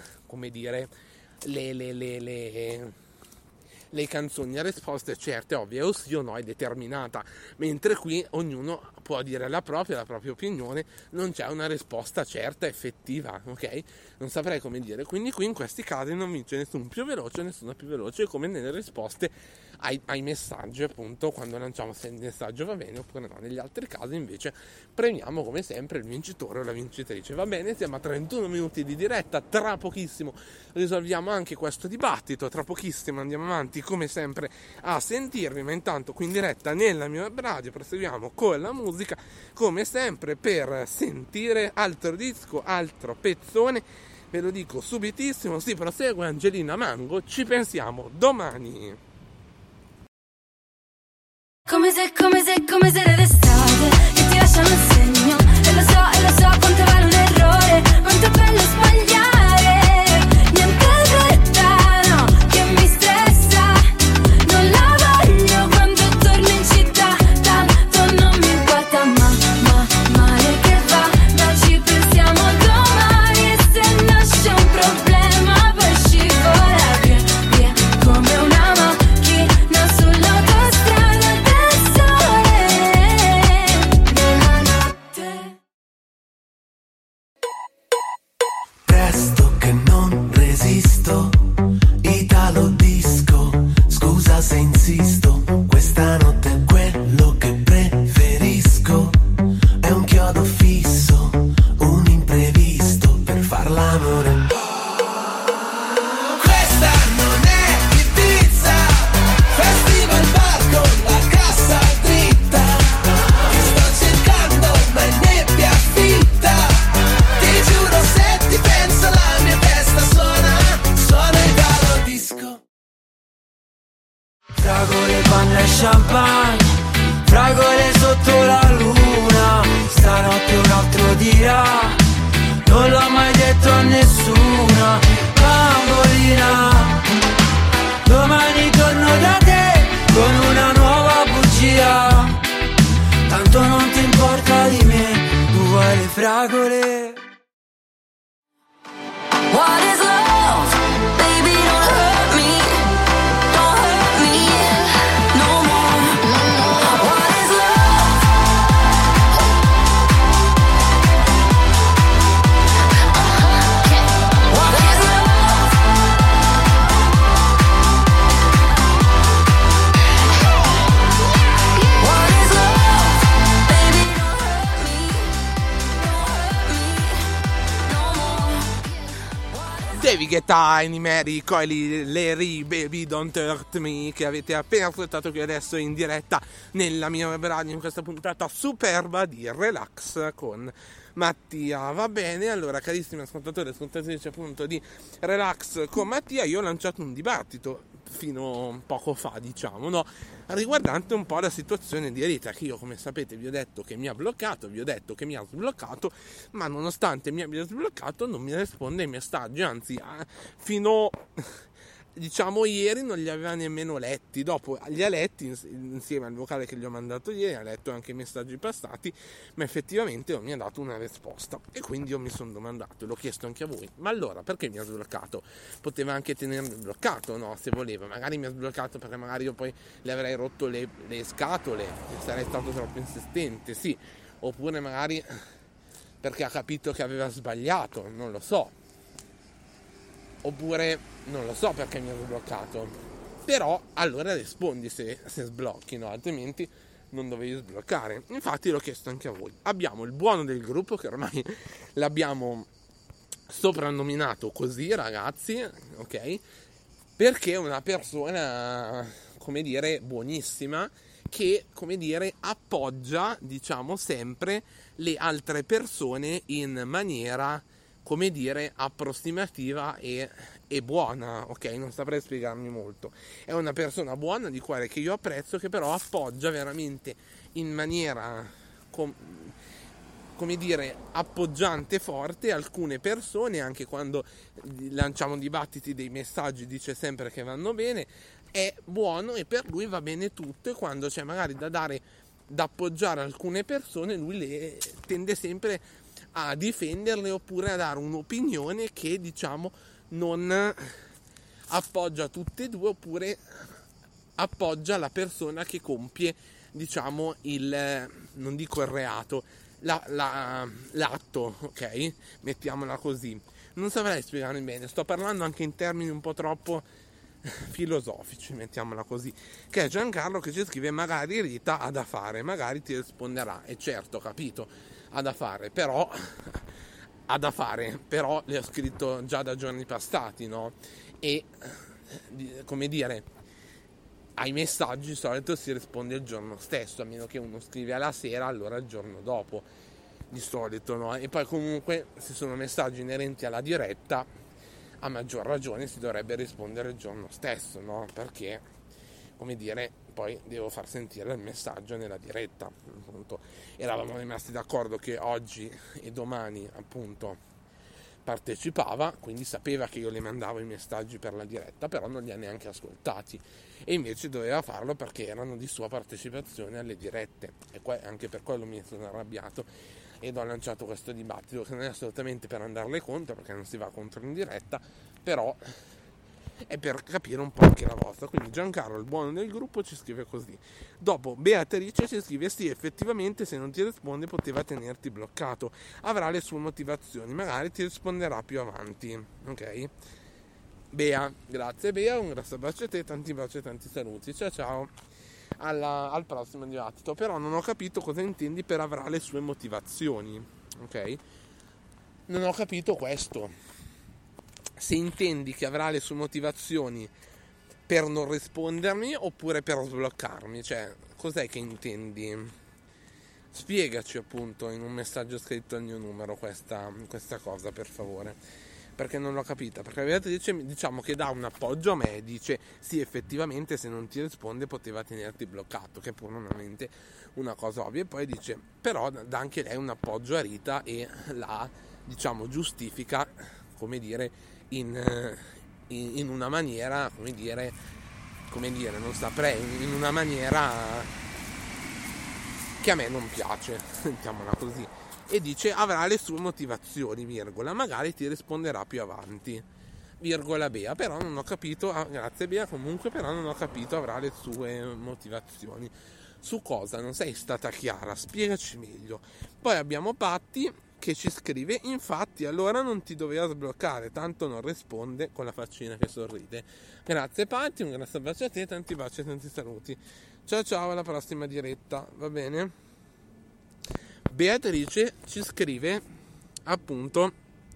[SPEAKER 2] le canzoni. La risposta è certa, è ovvia, o sì o no, è determinata, mentre qui ognuno può dire la propria opinione, non c'è una risposta certa, effettiva, ok? Non saprei come dire, quindi qui in questi casi non vince nessuno più veloce, nessuno più veloce, come nelle risposte ai messaggi, appunto, quando lanciamo se il messaggio va bene oppure no. Negli altri casi invece premiamo come sempre il vincitore o la vincitrice, va bene? Siamo a 31 minuti di diretta, tra pochissimo risolviamo anche questo dibattito, tra pochissimo andiamo avanti come sempre a sentirvi, ma intanto qui in diretta nella mia web radio proseguiamo con la musica come sempre per sentire altro disco, altro pezzone, ve lo dico subitissimo, si prosegue Angelina Mango, ci pensiamo domani.
[SPEAKER 5] Come se era d'estate, che ti lasciano il segno, e lo so quanto vale un errore, quanto è bello sbagliare, niente fretta, no, che mi stressa, non la voglio quando torno in città, tanto non mi importa, male che va, ma ci pensiamo domani, e se nasce un problema poi scivola via, come una macchina sull'autostrada.
[SPEAKER 11] Presto che non resisto, Italo disco, scusa se insisto, questa notte è quello che preferisco, è un chiodo fisso, un imprevisto per far l'amore. Questa non è Ibiza, festival bar con la cassa dritta, ti sto cercando ma è nebbia fitta, ti giuro se ti penso la mia testa suona il Italo disco. Fragole, panna e champagne, fragole sotto la luna, stanotte un altro dirà, non l'ho mai detto a nessuna, bambolina, domani torno da te con una nuova bugia, tanto non ti importa di me, tu vuoi le fragole.
[SPEAKER 5] What is love? Baby, don't hurt me no more. What is love? What is love? What is love? Baby, don't hurt me no more.
[SPEAKER 2] David Guetta, Mary, Coily, Larry, Baby Don't Hurt Me, che avete appena ascoltato qui adesso in diretta nella mia web radio in questa puntata superba di Relax con Mattia. Va bene, allora carissimi ascoltatori e ascoltatrici appunto di Relax con Mattia, io ho lanciato un dibattito fino a poco fa, diciamo, no? Riguardante un po' la situazione di Rita, che io come sapete vi ho detto che mi ha bloccato, vi ho detto che mi ha sbloccato, ma nonostante mi abbia sbloccato non mi risponde ai messaggi, anzi fino diciamo ieri non li aveva nemmeno letti, dopo li ha letti insieme al vocale che gli ho mandato ieri, ha letto anche i messaggi passati, ma effettivamente non mi ha dato una risposta, e quindi io mi sono domandato, l'ho chiesto anche a voi, ma allora perché mi ha sbloccato? Poteva anche tenermi bloccato, no? Se voleva, magari mi ha sbloccato perché magari io poi le avrei rotto le scatole e sarei stato troppo insistente, sì, oppure magari perché ha capito che aveva sbagliato, non lo so, oppure non lo so perché mi ha sbloccato, però allora rispondi se sblocchi, no? Altrimenti non dovevi sbloccare. Infatti l'ho chiesto anche a voi. Abbiamo il buono del gruppo, che ormai l'abbiamo soprannominato così, ragazzi, ok? Perché è una persona, come dire, buonissima, che, come dire, appoggia, diciamo, sempre le altre persone in maniera, come dire, approssimativa e buona, ok? Non saprei spiegarmi molto. È una persona buona, di cuore, che io apprezzo, che però appoggia veramente in maniera, come dire, appoggiante, forte alcune persone. Anche quando lanciamo dibattiti, dei messaggi, dice sempre che vanno bene, è buono e per lui va bene tutto, e quando c'è magari da appoggiare alcune persone, lui le tende sempre a difenderle, oppure a dare un'opinione che, diciamo, non appoggia tutte e due, oppure appoggia la persona che compie, diciamo, non dico il reato, l'atto, ok? Mettiamola così. Non saprei spiegarmi bene, sto parlando anche in termini un po' troppo filosofici, mettiamola così. Che è Giancarlo che ci scrive: magari Rita ha da fare, magari ti risponderà. E certo, capito, ha da fare, però le ho scritto già da giorni passati, no? E, come dire, ai messaggi di solito si risponde il giorno stesso, a meno che uno scrive alla sera, allora il giorno dopo, di solito, no? E poi comunque, se sono messaggi inerenti alla diretta, a maggior ragione si dovrebbe rispondere il giorno stesso, no? Perché, come dire, poi devo far sentire il messaggio nella diretta, appunto. Eravamo rimasti d'accordo che oggi e domani, appunto, partecipava, quindi sapeva che io le mandavo i messaggi per la diretta, però non li ha neanche ascoltati, e invece doveva farlo perché erano di sua partecipazione alle dirette, e anche per quello mi sono arrabbiato ed ho lanciato questo dibattito, che non è assolutamente per andarle contro, perché non si va contro in diretta, però è per capire un po' anche la vostra. Quindi Giancarlo, il buono del gruppo, ci scrive così. Dopo Beatrice ci scrive: sì, effettivamente se non ti risponde poteva tenerti bloccato, avrà le sue motivazioni, magari ti risponderà più avanti, ok? Bea, grazie Bea, un grosso bacio a te, tanti baci e tanti saluti, ciao al prossimo dibattito. Però non ho capito cosa intendi per avrà le sue motivazioni, ok? Non ho capito questo. Se intendi che avrà le sue motivazioni per non rispondermi oppure per sbloccarmi, cioè cos'è che intendi? Spiegaci, appunto, in un messaggio scritto al mio numero questa cosa, per favore, perché non l'ho capita. Perché Beatrice, diciamo, che dà un appoggio a me e dice: sì, effettivamente se non ti risponde poteva tenerti bloccato, che è pure normalmente una cosa ovvia, e poi dice, però dà anche lei un appoggio a Rita e la, diciamo, giustifica, come dire, in una maniera, come dire, non saprei, in una maniera che a me non piace, mettiamola così, e dice avrà le sue motivazioni, virgola, magari ti risponderà più avanti, virgola. Bea, però non ho capito, grazie Bea comunque, però non ho capito, avrà le sue motivazioni. Su cosa? Non sei stata chiara, spiegaci meglio. Poi abbiamo Patti che ci scrive: infatti allora non ti doveva sbloccare, tanto non risponde, con la faccina che sorride. Grazie Patti, un grosso bacio a te, tanti baci e tanti saluti. Ciao, alla prossima diretta, va bene? Beatrice ci scrive, appunto,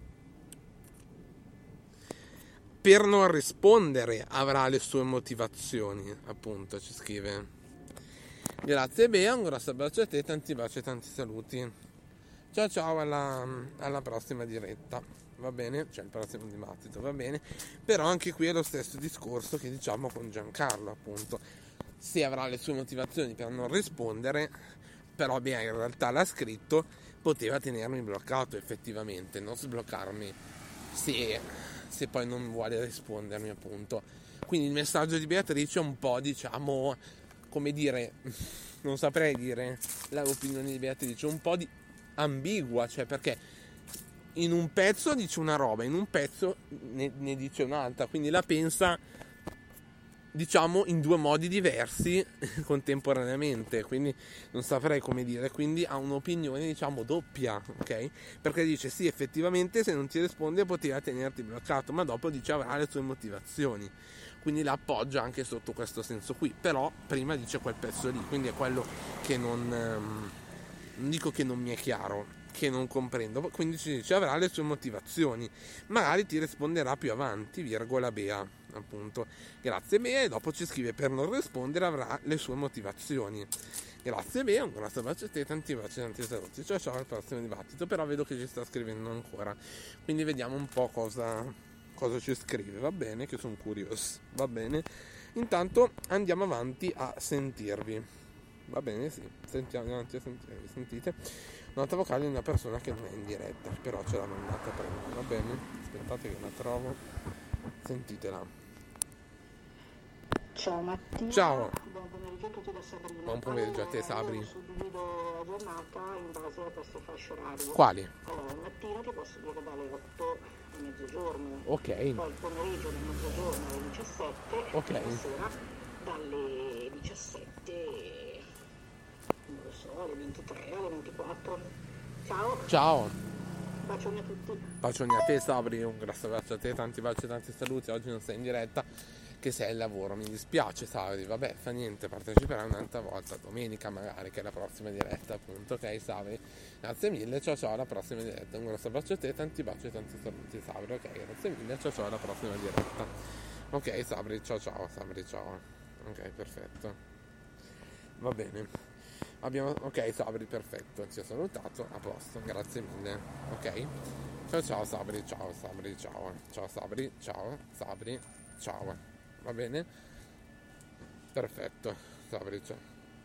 [SPEAKER 2] per non rispondere avrà le sue motivazioni, appunto, ci scrive. Grazie Bea, un grosso bacio a te, tanti baci e tanti saluti. Ciao, alla prossima diretta, va bene? Cioè il prossimo dibattito, va bene? Però anche qui è lo stesso discorso che diciamo con Giancarlo, appunto. Se avrà le sue motivazioni per non rispondere, però Bea in realtà l'ha scritto, poteva tenermi bloccato effettivamente, non sbloccarmi se poi non vuole rispondermi, appunto. Quindi il messaggio di Beatrice è un po', diciamo, come dire, non saprei dire l'opinione di Beatrice, un po' ambigua, cioè, perché in un pezzo dice una roba, in un pezzo ne dice un'altra, quindi la pensa diciamo in due modi diversi contemporaneamente, quindi non saprei come dire, quindi ha un'opinione diciamo doppia, ok? Perché dice sì, effettivamente se non ti risponde poteva tenerti bloccato, ma dopo dice avrà le sue motivazioni, quindi la appoggia anche sotto questo senso qui, però prima dice quel pezzo lì, quindi è quello che non dico che non mi è chiaro, che non comprendo, quindi ci dice avrà le sue motivazioni, magari ti risponderà più avanti, virgola Bea, appunto, grazie Bea, e dopo ci scrive per non rispondere avrà le sue motivazioni, grazie Bea, un grosso bacio a te, tanti baci, tanti saluti, ciao al prossimo dibattito, però vedo che ci sta scrivendo ancora, quindi vediamo un po' cosa ci scrive, va bene, che sono curioso, va bene, intanto andiamo avanti a sentirvi, va bene, sì, sentiamo avanti a sentirvi, sentite. Nota vocale di una persona che non è in diretta, però ce l'ha mandata prima, va bene? Aspettate che la trovo, sentitela.
[SPEAKER 10] Ciao Mattia.
[SPEAKER 2] Ciao.
[SPEAKER 10] Buon pomeriggio a tutti da Sabrina.
[SPEAKER 2] Buon pomeriggio a te, Sabri.
[SPEAKER 10] Io suddivido la giornata in base a questo fascio orario.
[SPEAKER 2] Quali?
[SPEAKER 10] Allora, al mattino ti posso dire dalle 8 a mezzogiorno.
[SPEAKER 2] Ok.
[SPEAKER 10] Poi il pomeriggio da mezzogiorno alle 17.
[SPEAKER 2] Ok.
[SPEAKER 10] E la sera dalle 17 non lo so, alle 23, alle 24. Ciao. Bacioni a tutti.
[SPEAKER 2] Bacioni a te, Sabri, un grosso bacio a te, tanti baci, tanti saluti. Oggi non sei in diretta, che sei al lavoro, mi dispiace, Sabri, vabbè, fa niente, parteciperai un'altra volta, domenica magari, che è la prossima diretta, appunto, ok, Sabri? Grazie mille, ciao alla prossima diretta, un grosso bacio a te, tanti baci e tanti saluti, Sabri, ok, grazie mille, ciao alla prossima diretta. Ok, Sabri, ciao, Sabri, ciao. Ok, perfetto. Va bene. Ok, Sabri, perfetto, ti ho salutato, a posto, grazie mille, ok? Ciao Sabri, ciao Sabri, ciao Sabri, ciao Sabri, ciao, va bene? Perfetto, Sabri, ciao.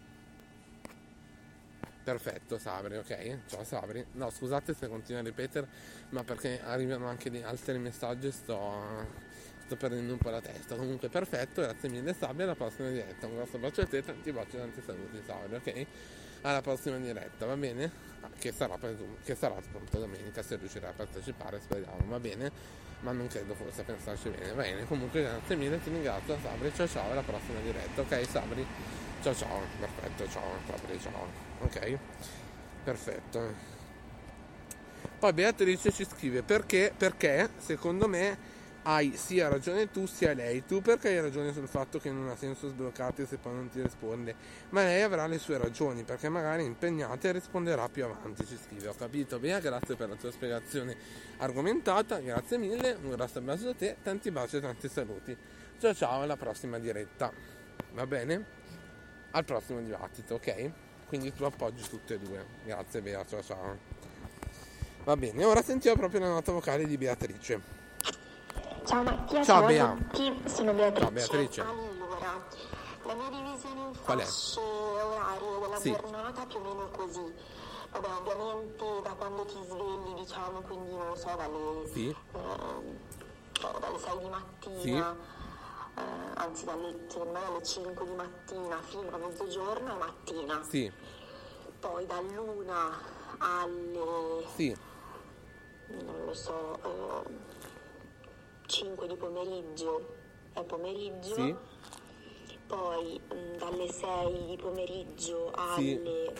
[SPEAKER 2] Perfetto, Sabri, ok? Ciao Sabri. No, scusate se continuo a ripetere, ma perché arrivano anche degli altri messaggi, sto perdendo un po' la testa. Comunque perfetto, grazie mille Sabri, alla prossima diretta, un grosso bacio a te, tanti baci, tanti saluti Sabri, ok? Alla prossima diretta, va bene? Che sarà appunto domenica, se riuscirà a partecipare, speriamo, va bene? Ma non credo, forse, a pensarci bene, va bene? Comunque grazie mille, ti ringrazio Sabri, ciao alla prossima diretta, ok Sabri? Ciao, perfetto, ciao Sabri, ciao, ok? Perfetto. Poi Beatrice ci scrive perché secondo me hai sia ragione tu sia lei. Tu perché hai ragione sul fatto che non ha senso sbloccarti se poi non ti risponde, ma lei avrà le sue ragioni perché magari è impegnata e risponderà più avanti, ci scrive. Ho capito Bea, grazie per la tua spiegazione argomentata, grazie mille, un grosso abbraccio a te, tanti baci e tanti saluti. Ciao alla prossima diretta, va bene? Al prossimo dibattito, ok? Quindi tu appoggi tutte e due, grazie Bea, ciao. Va bene, ora sentiamo proprio la nota vocale di Beatrice.
[SPEAKER 10] Ciao Mattia,
[SPEAKER 2] ciao Bea.
[SPEAKER 10] a tutti, sono Beatrice.
[SPEAKER 2] Ciao Beatrice.
[SPEAKER 10] Allora, la mia divisione in fasce orarie della giornata più o meno è così. Vabbè, ovviamente da quando ti svegli, diciamo, quindi non lo so, dalle 6 di mattina, anzi dalle 5 di mattina fino a mezzogiorno è mattina.
[SPEAKER 2] Sì.
[SPEAKER 10] Poi dall'1 alle...
[SPEAKER 2] Sì.
[SPEAKER 10] non lo so... 5 di pomeriggio è pomeriggio,
[SPEAKER 2] sì.
[SPEAKER 10] Poi dalle 6 di pomeriggio alle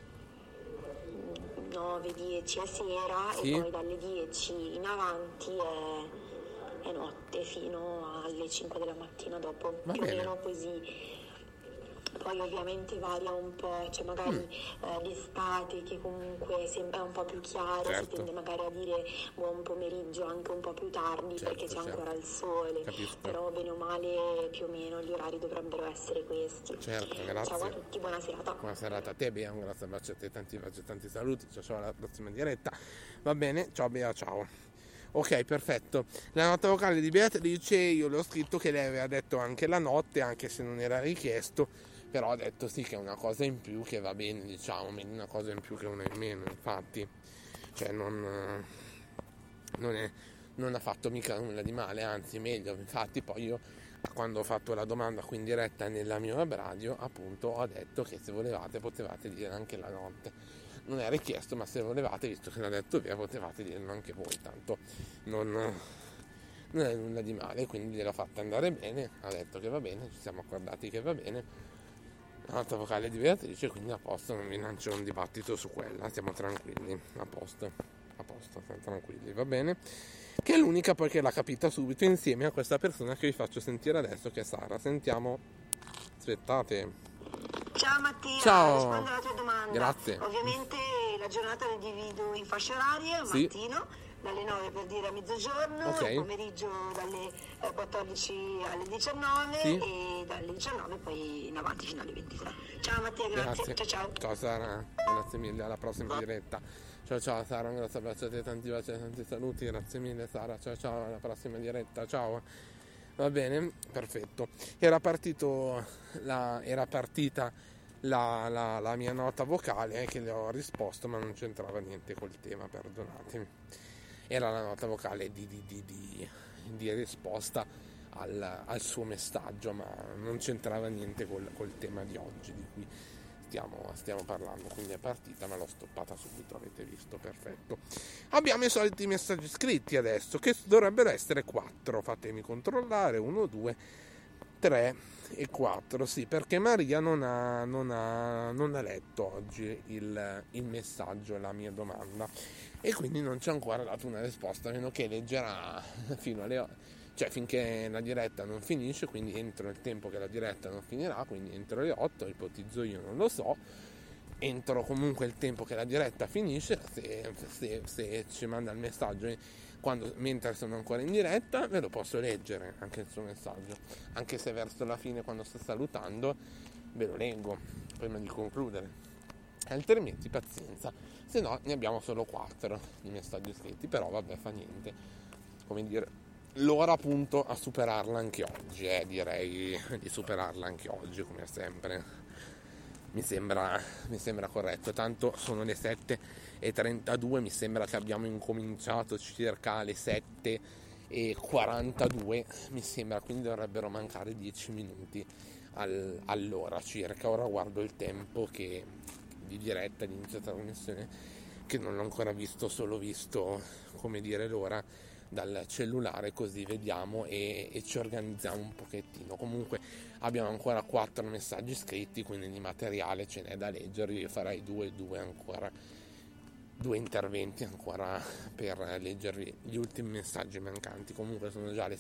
[SPEAKER 10] 9-10 è sera, sì. E poi dalle 10 in avanti è notte fino alle 5 della mattina dopo.
[SPEAKER 2] Va
[SPEAKER 10] più
[SPEAKER 2] bene.
[SPEAKER 10] O meno così. Poi ovviamente varia un po', cioè magari l'estate che comunque sembra un po' più chiaro,
[SPEAKER 2] certo.
[SPEAKER 10] Si tende magari a dire buon pomeriggio anche un po' più tardi, certo, perché c'è ancora il sole.
[SPEAKER 2] Capisco.
[SPEAKER 10] Però bene o male più o meno gli orari dovrebbero essere questi.
[SPEAKER 2] Certo, grazie.
[SPEAKER 10] Ciao a tutti, buona serata.
[SPEAKER 2] Buona serata a te Bea, un grazie bacio a te, tanti baci, tanti saluti, ciao alla prossima diretta, va bene, ciao Bea, ciao. Ok, perfetto. La nota vocale di Beatrice, io le ho scritto che lei aveva detto anche la notte, anche se non era richiesto, però ha detto sì che è una cosa in più che va bene, diciamo, meglio una cosa in più che una in meno, infatti, cioè non ha fatto mica nulla di male, anzi meglio, infatti poi io quando ho fatto la domanda qui in diretta nella mia web radio, appunto ho detto che se volevate potevate dire anche la notte, non è richiesto, ma se volevate, visto che l'ha detto via, potevate dirlo anche voi, tanto non non è nulla di male, quindi gliel'ho fatta andare bene, ha detto che va bene, ci siamo accordati che va bene, la nota vocale di Beatrice, quindi a posto, non mi lancio un dibattito su quella, siamo tranquilli, a posto, stiamo tranquilli, va bene, che è l'unica poi che l'ha capita subito insieme a questa persona che vi faccio sentire adesso, che è Sara. Sentiamo, aspettate.
[SPEAKER 10] Ciao Mattia,
[SPEAKER 2] ciao.
[SPEAKER 10] Rispondo alla tua domanda.
[SPEAKER 2] Grazie.
[SPEAKER 10] Ovviamente la giornata la divido in fasce orarie,
[SPEAKER 2] sì.
[SPEAKER 10] Mattino dalle 9 per dire a mezzogiorno,
[SPEAKER 2] okay.
[SPEAKER 10] Pomeriggio dalle 14 alle 19, sì. E dalle 19 poi in avanti fino alle 23. Ciao Mattia, grazie. Ciao.
[SPEAKER 2] Ciao Sara, grazie mille, alla prossima diretta. Ciao Sara, un grazie, abbraccio a te, tanti baci, tanti saluti, grazie mille Sara, ciao, alla prossima diretta, ciao. Va bene, perfetto. Era partita la mia nota vocale che le ho risposto, ma non c'entrava niente col tema, perdonatemi. Era la nota vocale di risposta al suo messaggio, ma non c'entrava niente col tema di oggi di cui stiamo parlando, quindi è partita, ma l'ho stoppata subito, avete visto, perfetto. Abbiamo i soliti messaggi scritti adesso, che dovrebbero essere 4, fatemi controllare, 1, 2, 3 e 4, sì, perché Maria non ha letto oggi il messaggio, la mia domanda, e quindi non ci ha ancora dato una risposta, a meno che leggerà fino alle finché la diretta non finisce, quindi entro il tempo che la diretta non finirà, quindi entro le 8, ipotizzo io, non lo so, entro comunque il tempo che la diretta finisce, se ci manda il messaggio mentre sono ancora in diretta, ve lo posso leggere anche il suo messaggio, anche se verso la fine, quando sto salutando, ve lo leggo prima di concludere, altrimenti pazienza, se no ne abbiamo solo 4 di messaggi scritti, però vabbè, fa niente, come dire, l'ora appunto a superarla anche oggi, direi di superarla anche oggi, come sempre mi sembra corretto, tanto sono le 7:32, mi sembra che abbiamo incominciato circa alle 7:42, mi sembra, quindi dovrebbero mancare 10 minuti all'ora circa. Ora guardo il tempo di diretta, di inizio trasmissione, che non l'ho ancora visto, solo visto, come dire, l'ora dal cellulare, così vediamo e ci organizziamo un pochettino. Comunque abbiamo ancora 4 messaggi scritti, quindi di materiale ce n'è da leggere. Io farei 2 interventi ancora per leggervi gli ultimi messaggi mancanti. Comunque sono già le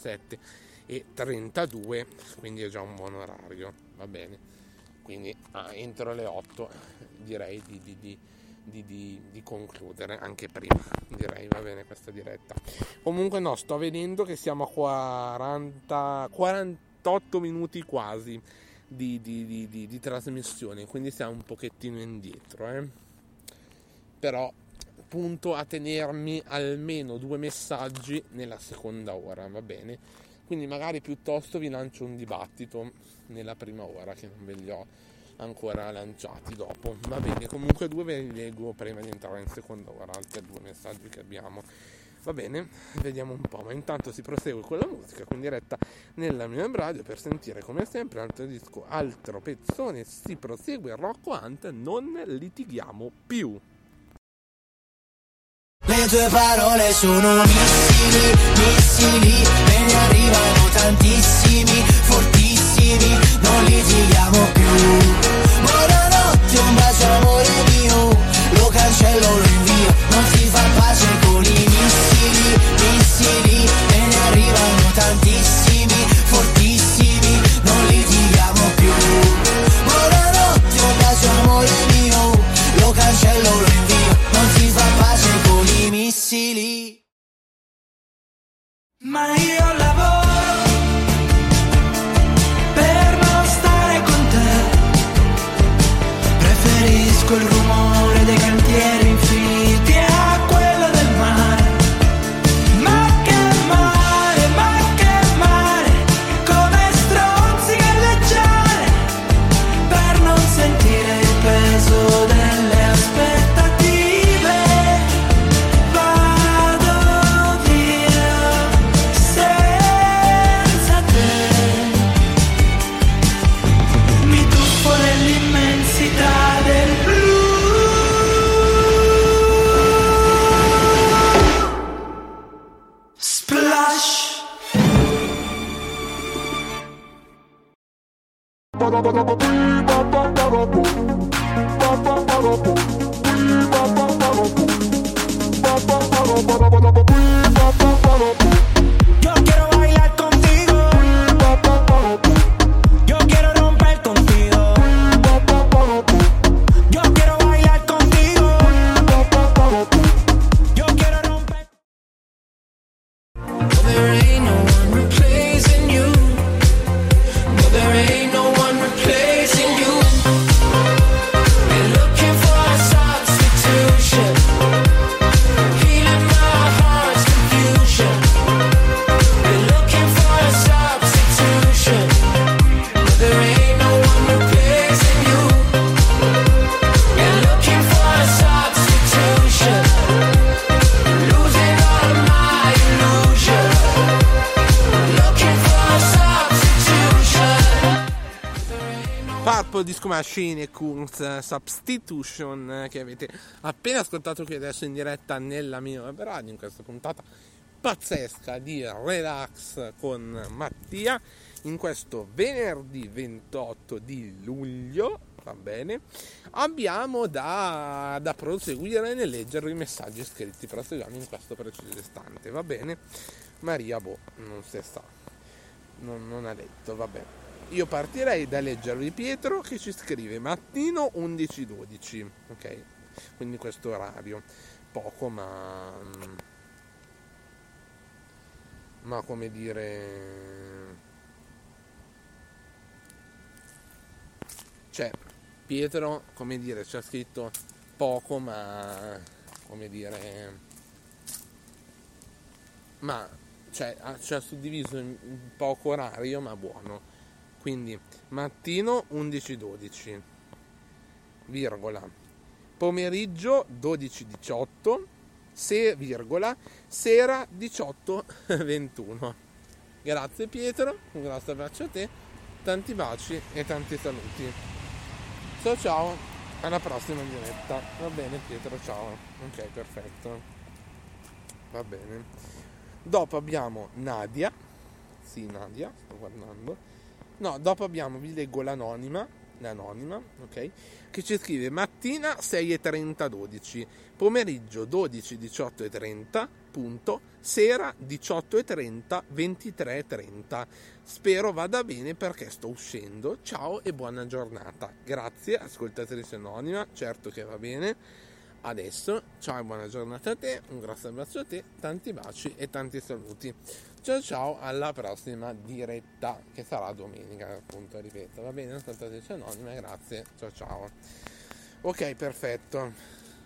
[SPEAKER 2] 7:32, quindi è già un buon orario, va bene, quindi entro le 8 direi di concludere, anche prima direi, va bene, questa diretta. Comunque no, sto vedendo che siamo a 48 minuti quasi di trasmissione, quindi siamo un pochettino indietro, però punto a tenermi almeno 2 messaggi nella seconda ora, va bene, quindi magari piuttosto vi lancio un dibattito nella prima ora, che non ve li ho ancora lanciati dopo, va bene. Comunque 2 ve li leggo prima di entrare in seconda ora, altri 2 messaggi che abbiamo, va bene, vediamo un po', ma intanto si prosegue con la musica, con diretta nella mia radio, per sentire come sempre altro disco, altro pezzone. Si prosegue Rocco Hunt, Non litighiamo più.
[SPEAKER 11] Le tue parole sono missili, e ne arrivano tantissimi, fortissimi, non litighiamo più. Buonanotte, un bacio amore mio, lo cancello, lo invio, non si fa pace con i missili, e ne arrivano tantissimi, fortissimi, non litighiamo più. Buonanotte, un bacio amore mio, lo cancello, lo invio, non si fa pace con i missili. Ma io lavoro Yo quiero bailar contigo. Yo quiero romper contigo. Yo quiero bailar contigo. Yo quiero romper. No, there ain't no one replacing you. No, there ain't no one replacing you. We're looking for a substitution. Healing my heart's confusion. We're looking for a substitution. No, there ain't no one replacing you. We're looking for a substitution. Losing all of my illusion. Looking for a substitution.
[SPEAKER 2] Purple Disco Machine e Kunz Substitution, che avete appena ascoltato qui adesso in diretta nella mia web radio, in questa puntata pazzesca di Relax con Mattia, in questo venerdì 28 di luglio, va bene. Abbiamo da proseguire nel leggere i messaggi scritti, proseguiamo in questo preciso istante, va bene. Maria non si sta, non ha detto, va bene. Io partirei da leggervi Pietro che ci scrive mattino 11:12, ok? Quindi questo orario, poco ma come dire, cioè Pietro, come dire, c'è scritto poco ma come dire, ma cioè c'è suddiviso in poco orario ma buono. Quindi mattino 11:12, virgola, pomeriggio 12:18, virgola, sera 18:21. Grazie Pietro, un grosso abbraccio a te, tanti baci e tanti saluti. Ciao, alla prossima diretta. Va bene Pietro, ciao. Ok, perfetto. Va bene. Dopo abbiamo Nadia. Sì, Nadia, sto guardando. No, dopo abbiamo, vi leggo l'anonima, ok, che ci scrive mattina 6:30-12, pomeriggio 12:18:30, punto, sera 18:30-23:30. Spero vada bene perché sto uscendo. Ciao e buona giornata. Grazie, ascoltatrice anonima, certo che va bene. Adesso, ciao e buona giornata a te, un grosso abbraccio a te, tanti baci e tanti saluti. Ciao, alla prossima diretta, che sarà domenica, appunto, ripeto, va bene, ascoltatrice anonima, grazie, ciao. Ok, perfetto.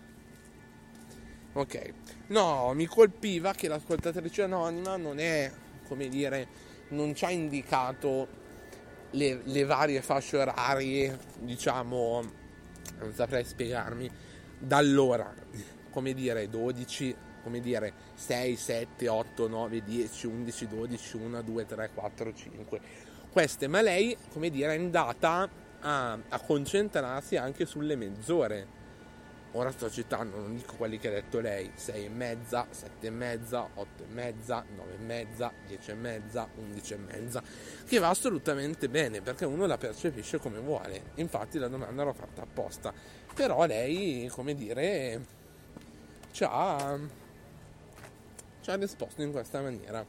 [SPEAKER 2] Ok, no, mi colpiva che l'ascoltatrice anonima non è, come dire, non ci ha indicato le varie fasce orarie, diciamo, non saprei spiegarmi, dall'ora, come dire, 12, come dire, 6, 7, 8, 9, 10, 11, 12, 1, 2, 3, 4, 5. Queste, ma lei, come dire, è andata a concentrarsi anche sulle mezz'ore. Ora sto citando, non dico quelli che ha detto lei, 6:30, 7:30, 8:30, 9:30, 10:30, 11:30, che va assolutamente bene, perché uno la percepisce come vuole. Infatti la domanda l'ho fatta apposta, però lei, come dire, ci ha risposto in questa maniera.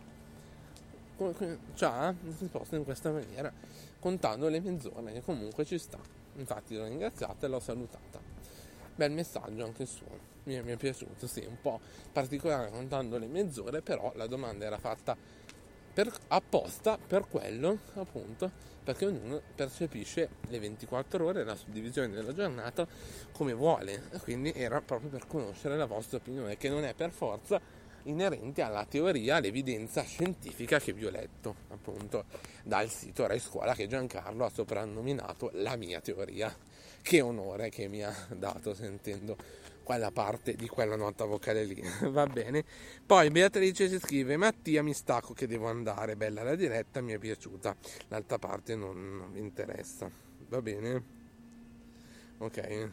[SPEAKER 2] Contando le mezz'ore, che comunque ci sta. Infatti l'ho ringraziata e l'ho salutata. Bel messaggio anche suo, mi è piaciuto, sì, un po' particolare contando le mezz'ore, però la domanda era fatta apposta per quello, appunto, perché ognuno percepisce le 24 ore, la suddivisione della giornata come vuole, e quindi era proprio per conoscere la vostra opinione, che non è per forza inerente alla teoria, all'evidenza scientifica che vi ho letto, appunto, dal sito Rai Scuola, che Giancarlo ha soprannominato la mia teoria. Che onore che mi ha dato sentendo quella parte di quella nota vocale lì. Va bene. Poi Beatrice ci scrive: Mattia, mi stacco che devo andare, bella la diretta, mi è piaciuta, l'altra parte non mi interessa. Va bene, ok,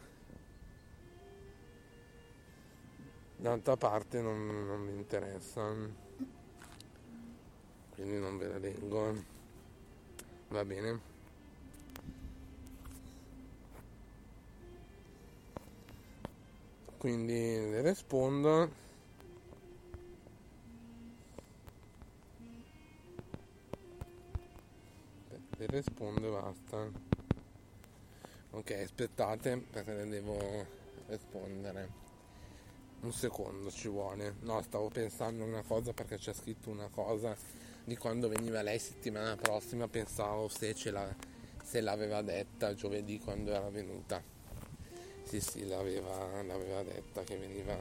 [SPEAKER 2] l'altra parte non mi interessa, quindi non ve la leggo. Va bene. quindi le rispondo. Le rispondo e basta. Ok, aspettate perché le devo rispondere. Un secondo ci vuole. No, stavo pensando a una cosa perché c'è scritto una cosa di quando veniva lei settimana prossima. Pensavo se l'aveva detta giovedì quando era venuta. Sì, l'aveva detta che veniva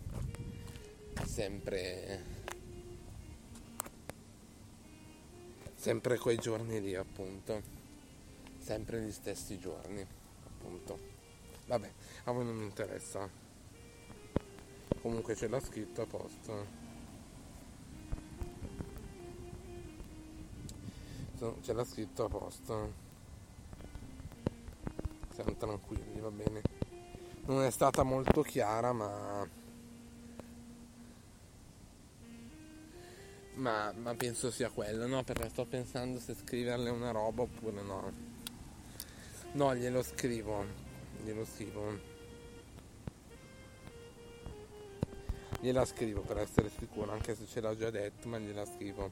[SPEAKER 2] sempre quei giorni lì, appunto, sempre gli stessi giorni, appunto. Vabbè, a voi non mi interessa, comunque ce l'ha scritto, a posto. Ce l'ha scritto, a posto, siamo tranquilli, va bene. Non è stata molto chiara, ma penso sia quello, no? Perché sto pensando se scriverle una roba oppure no. No, glielo scrivo. Gliela scrivo per essere sicuro, anche se ce l'ho già detto, ma gliela scrivo.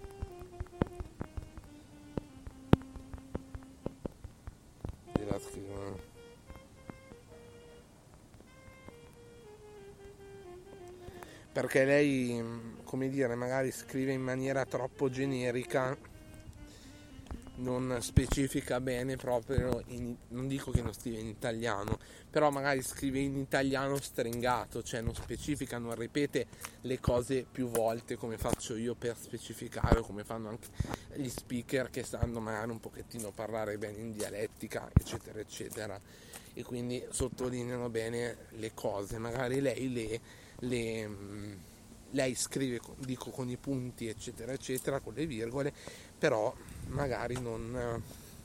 [SPEAKER 2] Perché lei, come dire, magari scrive in maniera troppo generica, non specifica bene proprio, non dico che non scrive in italiano, però magari scrive in italiano stringato, cioè non specifica, non ripete le cose più volte come faccio io per specificare, o come fanno anche gli speaker che sanno magari un pochettino parlare bene in dialettica, eccetera eccetera, e quindi sottolineano bene le cose. Magari lei scrive, dico, con i punti eccetera eccetera, con le virgole, però magari non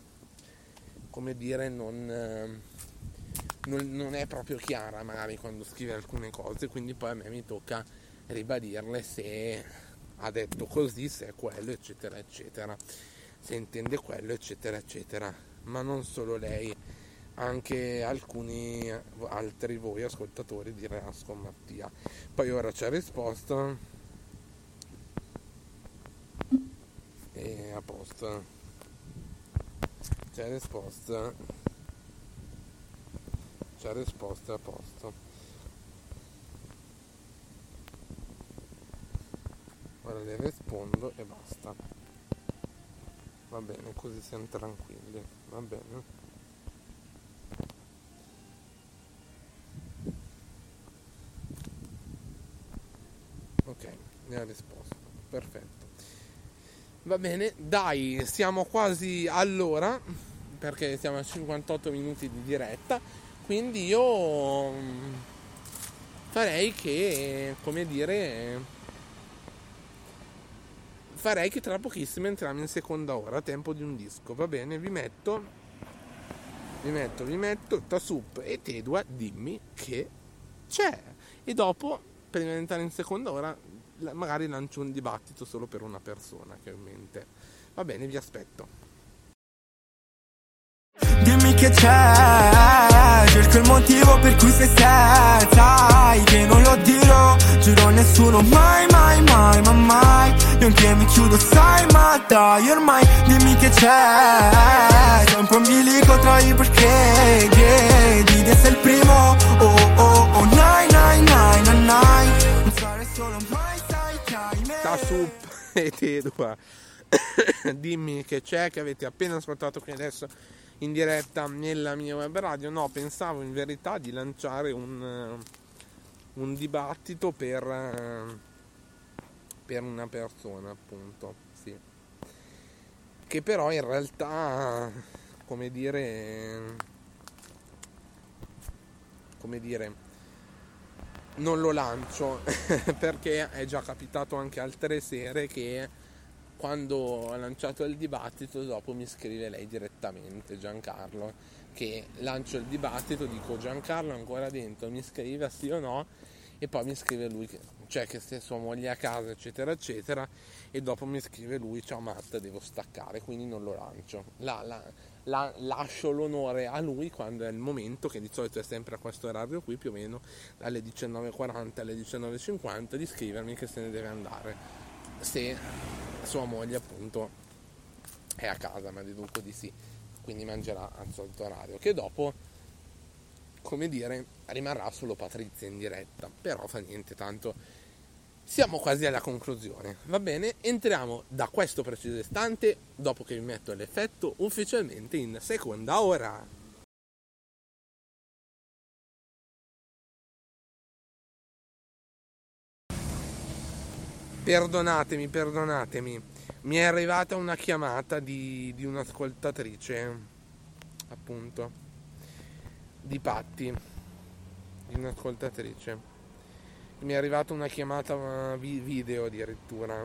[SPEAKER 2] è proprio chiara magari quando scrive alcune cose, quindi poi a me mi tocca ribadirle se ha detto così, se è quello eccetera eccetera, se intende quello eccetera eccetera. Ma non solo lei, anche alcuni altri voi ascoltatori di Relax con Mattia. Poi ora c'è risposto e a posto, c'è risposta a posto. Ora le rispondo e basta, va bene, così siamo tranquilli, va bene. Ok, mi ha risposto, perfetto, va bene, dai, siamo quasi all'ora, perché siamo a 58 minuti di diretta, quindi io farei che, come dire, tra pochissimo entriamo in seconda ora, tempo di un disco, va bene? Vi metto Tasup e Tedua, dimmi che c'è, e dopo, prima di entrare in seconda ora, magari lancio un dibattito solo per una persona che ho in mente. Va bene, vi aspetto.
[SPEAKER 11] Dimmi che c'è, cerco il motivo per cui sei senza, sai che non lo dirò, giuro a nessuno mai, mai, mai, ma mai. Io anche mi chiudo, sai, ma dai ormai. Dimmi che c'è, sei un po' in bilico tra i perché, chiedi di essere il primo, oh, nai, nai, nai, nai, nai. Non sarei solo mai, sai che hai me.
[SPEAKER 2] Tasup e Tedua, dimmi che c'è, che avete appena ascoltato qui adesso in diretta nella mia web radio. No, pensavo in verità di lanciare un dibattito per una persona, appunto, sì, che però in realtà, come dire, non lo lancio perché è già capitato anche altre sere che quando ho lanciato il dibattito dopo mi scrive lei direttamente, Giancarlo, che lancio il dibattito, dico Giancarlo ancora dentro, mi scrive sì o no, e poi mi scrive lui che se sua moglie è a casa eccetera eccetera, e dopo mi scrive lui: ciao Matt, devo staccare, quindi non lo lancio. Lascio l'onore a lui quando è il momento, che di solito è sempre a questo orario qui, più o meno dalle 19:40 alle 19:50, di scrivermi che se ne deve andare, se sua moglie appunto è a casa, ma deduco di sì, quindi mangerà al solito orario, che dopo, come dire, rimarrà solo Patrizia in diretta. Però fa niente, tanto siamo quasi alla conclusione, va bene? Entriamo da questo preciso istante, dopo che vi metto l'effetto, ufficialmente in seconda ora. Perdonatemi, mi è arrivata una chiamata di un'ascoltatrice, appunto, di Patti, di un'ascoltatrice. Mi è arrivata una chiamata video addirittura.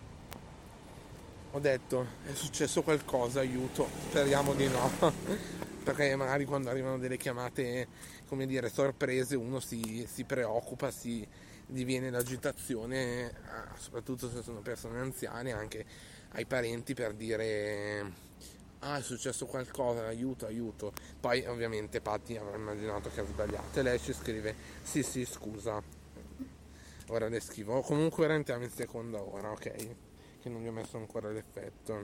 [SPEAKER 2] Ho detto: è successo qualcosa, aiuto, speriamo di no, perché magari quando arrivano delle chiamate, come dire, sorprese, uno si preoccupa, gli viene l'agitazione, soprattutto se sono persone anziane, anche ai parenti, per dire: è successo qualcosa, aiuto. Poi ovviamente Patti avrà immaginato che ha sbagliato e lei ci scrive: sì scusa, ora le scrivo. Comunque ora entriamo in seconda ora, ok? Che non vi ho messo ancora l'effetto,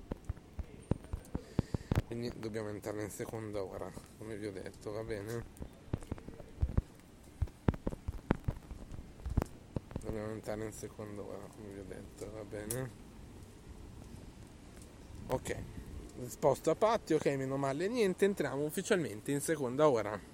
[SPEAKER 2] quindi dobbiamo entrare in seconda ora, come vi ho detto, va bene? Dobbiamo entrare in seconda ora, come vi ho detto, va bene? Ok, risposto a Patti, ok, meno male niente, entriamo ufficialmente in seconda ora.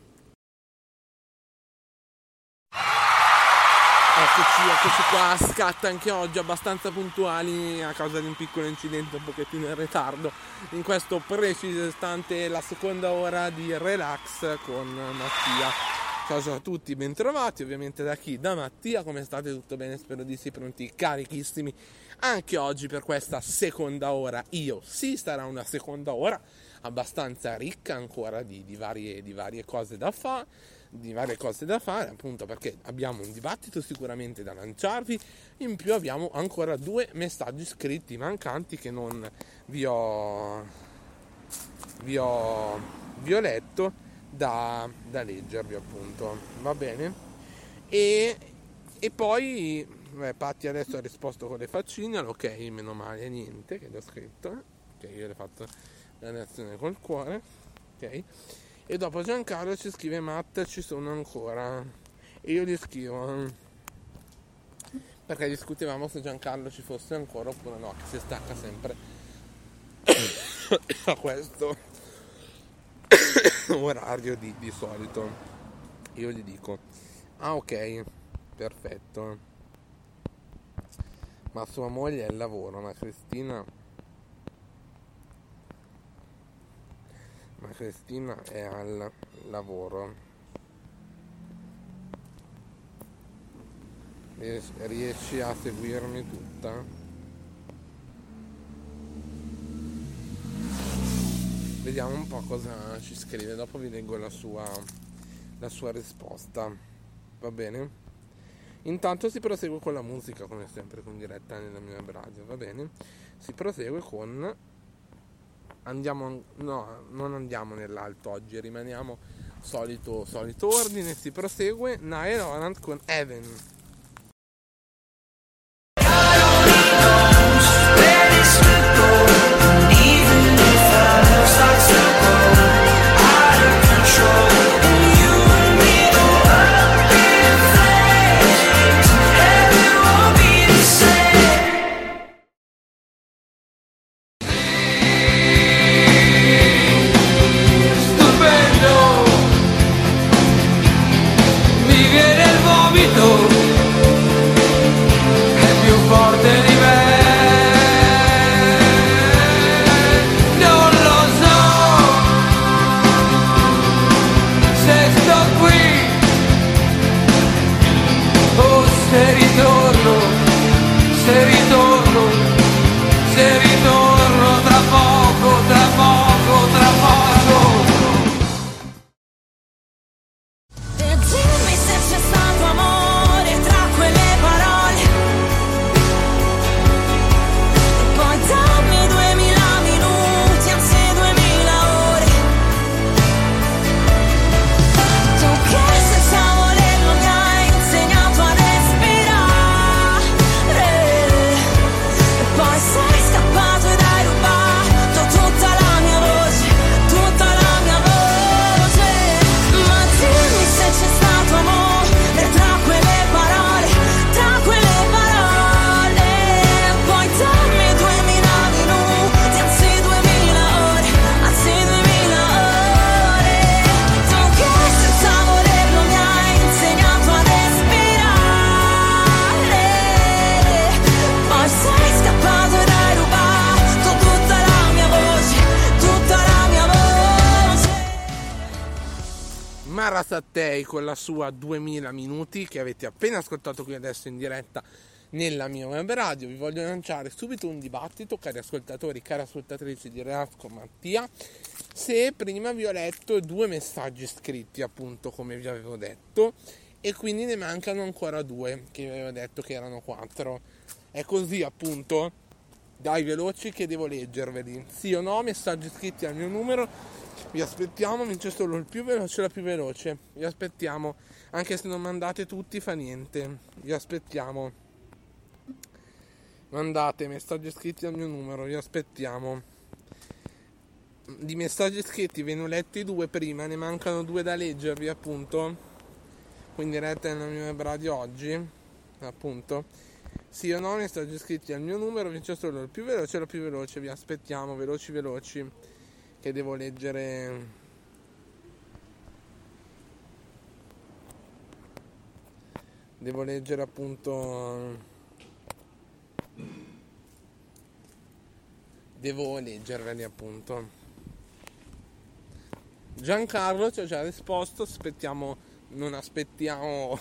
[SPEAKER 2] Eccoci qua, scatta anche oggi, abbastanza puntuali a causa di un piccolo incidente un pochettino in ritardo. In questo preciso istante la seconda ora di Relax con Mattia. Ciao a tutti, bentrovati, ovviamente da chi? Da Mattia. Come state? Tutto bene? Spero di sì, pronti, carichissimi anche oggi per questa seconda ora. Sarà una seconda ora abbastanza ricca ancora di varie cose da fare, appunto, perché abbiamo un dibattito sicuramente da lanciarvi, in più abbiamo ancora 2 messaggi scritti mancanti che non vi ho letto da leggervi, appunto, va bene? E poi Patti adesso ha risposto con le faccine, ok, meno male, niente, che l'ho scritto, ok, io le ho fatto la reazione col cuore, ok. E dopo Giancarlo ci scrive: Matt, ci sono ancora. E io gli scrivo, perché discutevamo se Giancarlo ci fosse ancora oppure no, che si stacca sempre a questo orario di solito. Io gli dico: ok, perfetto, ma sua moglie è al lavoro, ma Cristina è al lavoro. Riesci a seguirmi tutta? Vediamo un po' cosa ci scrive, dopo vi leggo la sua risposta, va bene? Intanto si prosegue con la musica, come sempre, con diretta nella mia radio, va bene? Si prosegue con... non andiamo nell'alto oggi, rimaniamo solito ordine, si prosegue. Niall Horan con Heaven.
[SPEAKER 11] Mi viene il vomito
[SPEAKER 2] Mara Sattei con la sua 2000 minuti che avete appena ascoltato qui adesso in diretta nella mia web radio. Vi voglio lanciare subito un dibattito, cari ascoltatori, cari ascoltatrici di Reasco Mattia. Se prima vi ho letto 2 messaggi scritti, appunto, come vi avevo detto, e quindi ne mancano ancora 2 che vi avevo detto che erano 4. È così, appunto? Dai, veloci che devo leggerveli. Sì o no, messaggi scritti al mio numero. Vi aspettiamo, vince solo il più veloce, la più veloce. Vi aspettiamo, anche se non mandate tutti fa niente. Vi aspettiamo. Mandate messaggi scritti al mio numero, vi aspettiamo. Di messaggi scritti ve ne ho letti 2 prima, ne mancano 2 da leggervi, appunto. Quindi diretta nella mia web radio oggi, appunto. Sì o no, messaggi scritti al mio numero, vince solo il più veloce, la più veloce. Vi aspettiamo, veloci, che devo leggere. Devo leggere, appunto. Devo leggerveli, appunto. Giancarlo ci ha già risposto. Non aspettiamo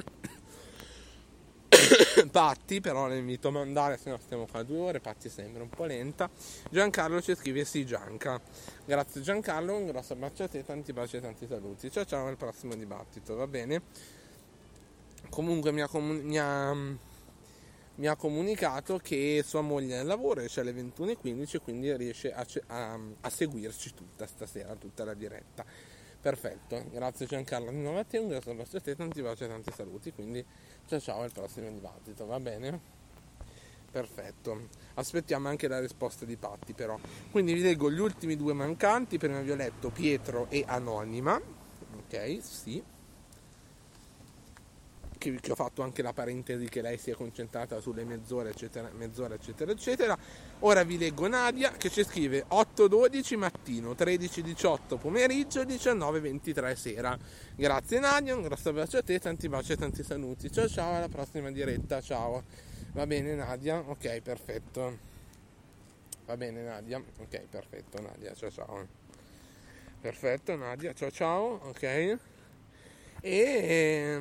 [SPEAKER 2] Patti, però le invito a mandare, se no stiamo qua 2 ore. Patti sembra un po' lenta. Giancarlo ci scrive: sì, Gianca. Grazie Giancarlo, un grosso abbraccio a te, tanti baci e tanti saluti. Ciao, al prossimo dibattito, va bene? Comunque mi ha comunicato che sua moglie è al lavoro, esce alle 21:15, quindi riesce a seguirci tutta stasera, tutta la diretta. Perfetto, grazie Giancarlo di nuovo a te, un grosso abbraccio a te, tanti baci e tanti saluti, quindi ciao al prossimo dibattito, va bene? Perfetto, aspettiamo anche la risposta di Patti però. Quindi vi leggo gli ultimi 2 mancanti. Prima vi ho letto Pietro e Anonima, ok, sì, che ho fatto anche la parentesi che lei si è concentrata sulle mezz'ora eccetera. Ora vi leggo Nadia che ci scrive 8:12 mattino, 13:18 pomeriggio, 19:23 sera. Grazie Nadia, un grosso abbraccio a te, tanti baci e tanti saluti. Ciao, alla prossima diretta, ciao. Va bene Nadia? Ok, perfetto. Va bene Nadia? Ok, perfetto Nadia, ciao. Perfetto Nadia, ciao, ok. E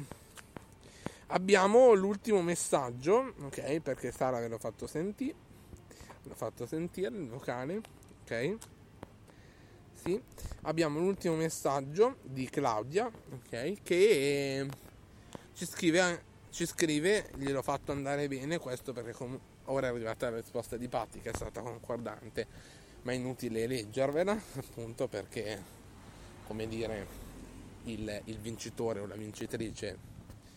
[SPEAKER 2] abbiamo l'ultimo messaggio, ok, perché Sara ve l'ho fatto sentire il vocale, ok. Sì, abbiamo l'ultimo messaggio di Claudia, ok, che ci scrive, gliel'ho fatto andare bene questo perché ora è arrivata la risposta di Patti che è stata concordante, ma è inutile leggervela, appunto, perché, come dire, il vincitore o la vincitrice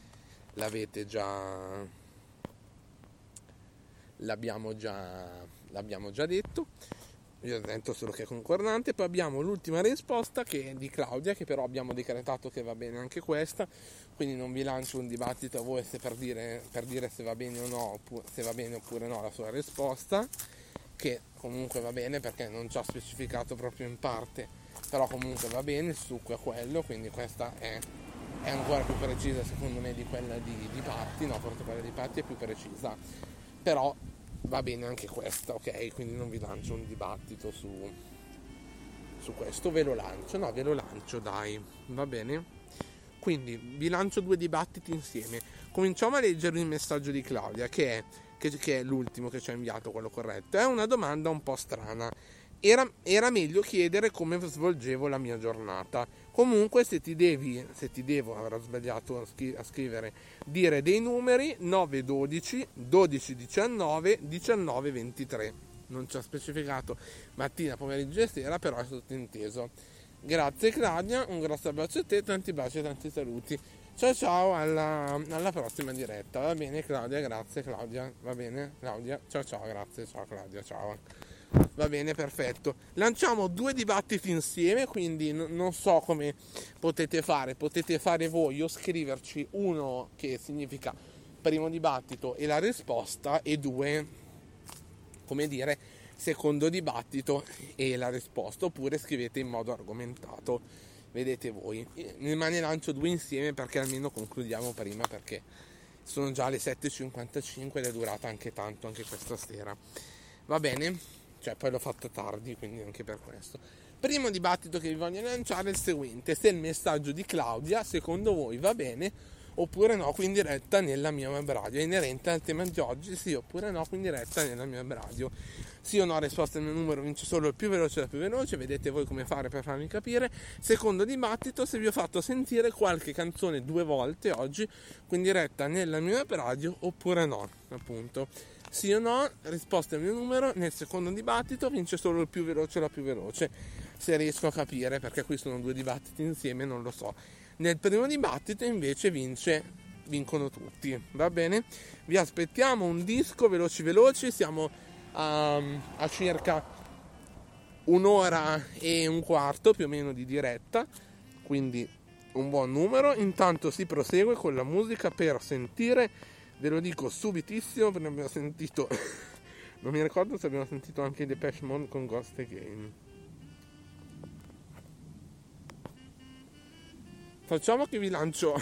[SPEAKER 2] l'abbiamo già detto. Io ho detto solo che è concordante. Poi abbiamo l'ultima risposta che è di Claudia, che però abbiamo decretato che va bene anche questa, quindi non vi lancio un dibattito a voi per dire se va bene o no, se va bene oppure no la sua risposta, che comunque va bene perché non ci ha specificato proprio in parte, però comunque va bene, il succo è quello, quindi questa è ancora più precisa secondo me di quella di Patti, no, forse quella di Patti è più precisa, però va bene anche questa, ok? Quindi non vi lancio un dibattito su questo, ve lo lancio, dai, va bene? Quindi vi lancio 2 dibattiti insieme. Cominciamo a leggere il messaggio di Claudia, che è l'ultimo che ci ha inviato, quello corretto. È una domanda un po' strana. Era meglio chiedere come svolgevo la mia giornata. Comunque se ti devo, avrò sbagliato a scrivere, dire dei numeri: 9-12, 12-19, 19-23. Non ci ha specificato mattina, pomeriggio e sera, però è sottinteso. Grazie Claudia, un grosso abbraccio a te, tanti baci e tanti saluti. Ciao, alla prossima diretta. Va bene Claudia, grazie Claudia. Va bene Claudia, ciao, grazie, ciao Claudia, ciao. Va bene, perfetto. Lanciamo 2 dibattiti insieme, quindi non so come potete fare voi o scriverci uno che significa primo dibattito e la risposta, e 2, come dire, secondo dibattito e la risposta, oppure scrivete in modo argomentato, vedete voi. Ma ne lancio 2 insieme perché almeno concludiamo prima, perché sono già le 7:55 ed è durata anche tanto anche questa sera. Va bene? Cioè poi l'ho fatta tardi, quindi anche per questo. Primo dibattito che vi voglio lanciare è il seguente: se il messaggio di Claudia secondo voi va bene oppure no qui in diretta nella mia web radio. È inerente al tema di oggi, sì oppure no qui in diretta nella mia web radio. Sì o no, risposta al mio numero, vince solo il più veloce la più veloce, vedete voi come fare per farmi capire. Secondo dibattito, se vi ho fatto sentire qualche canzone 2 volte oggi qui in diretta nella mia web radio oppure no, appunto. Sì o no, risposta al mio numero, nel secondo dibattito vince solo il più veloce la più veloce, se riesco a capire, perché qui sono 2 dibattiti insieme, non lo so. Nel primo dibattito invece vincono tutti, va bene? Vi aspettiamo un disco veloci, siamo a circa 1 ora e un quarto più o meno di diretta, quindi un buon numero. Intanto si prosegue con la musica per sentire, ve lo dico subitissimo, perché abbiamo sentito non mi ricordo se abbiamo sentito anche Depeche Mode con Ghost Again. Facciamo che vi lancio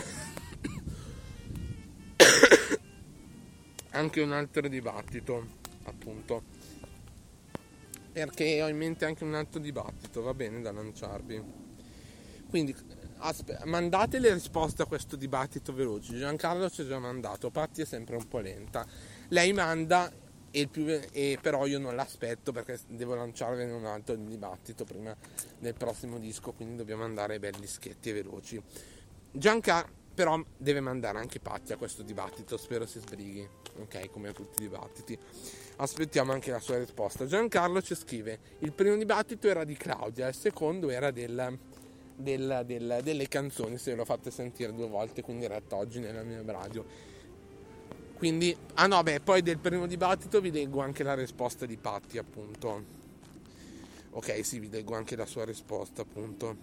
[SPEAKER 2] anche un altro dibattito, appunto, perché ho in mente anche un altro dibattito, va bene, da lanciarvi. Quindi mandate le risposte a questo dibattito veloci. Giancarlo ci ha già mandato, Patti è sempre un po' lenta. Lei manda e però io non l'aspetto perché devo lanciarvene un altro dibattito prima del prossimo disco, quindi dobbiamo andare belli schietti e veloci. Giancarlo però deve mandare anche Patti a questo dibattito, spero si sbrighi, ok, come a tutti i dibattiti. Aspettiamo anche la sua risposta. Giancarlo ci scrive: il primo dibattito era di Claudia, il secondo era delle canzoni, se l'ho fatte sentire 2 volte, quindi in diretta oggi nella mia radio. Quindi, poi del primo dibattito vi leggo anche la risposta di Patti, appunto. Ok, sì, vi leggo anche la sua risposta, appunto.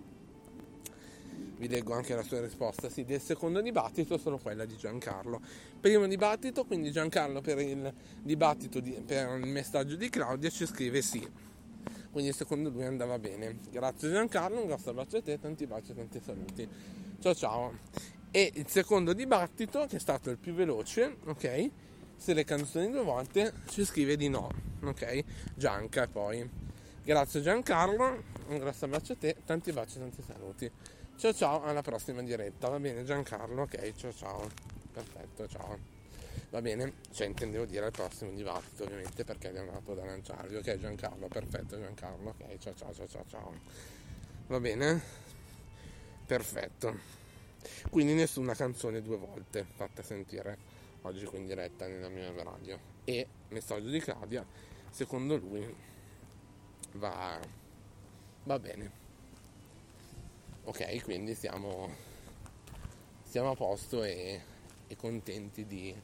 [SPEAKER 2] Vi leggo anche la sua risposta, sì, del secondo dibattito, solo quella di Giancarlo. Primo dibattito, quindi Giancarlo per il dibattito, per il messaggio di Claudia ci scrive sì. Quindi secondo lui andava bene. Grazie Giancarlo, un grosso abbraccio a te, tanti baci e tanti saluti. Ciao. E il secondo dibattito, che è stato il più veloce, ok? Se le canzoni 2 volte, ci scrive di no, ok? Gianca poi. Grazie Giancarlo, un grosso abbraccio a te, tanti baci e tanti saluti. Ciao, alla prossima diretta, va bene Giancarlo, ok, ciao. Perfetto, ciao. Va bene, intendevo dire al prossimo dibattito ovviamente, perché è nato da lanciarvi, ok Giancarlo, perfetto Giancarlo, ok, ciao. Va bene? Perfetto. Quindi nessuna canzone 2 volte fatta sentire oggi qui in diretta nella mia radio. E messaggio di Claudia, secondo lui va bene. Ok, quindi siamo a posto e contenti di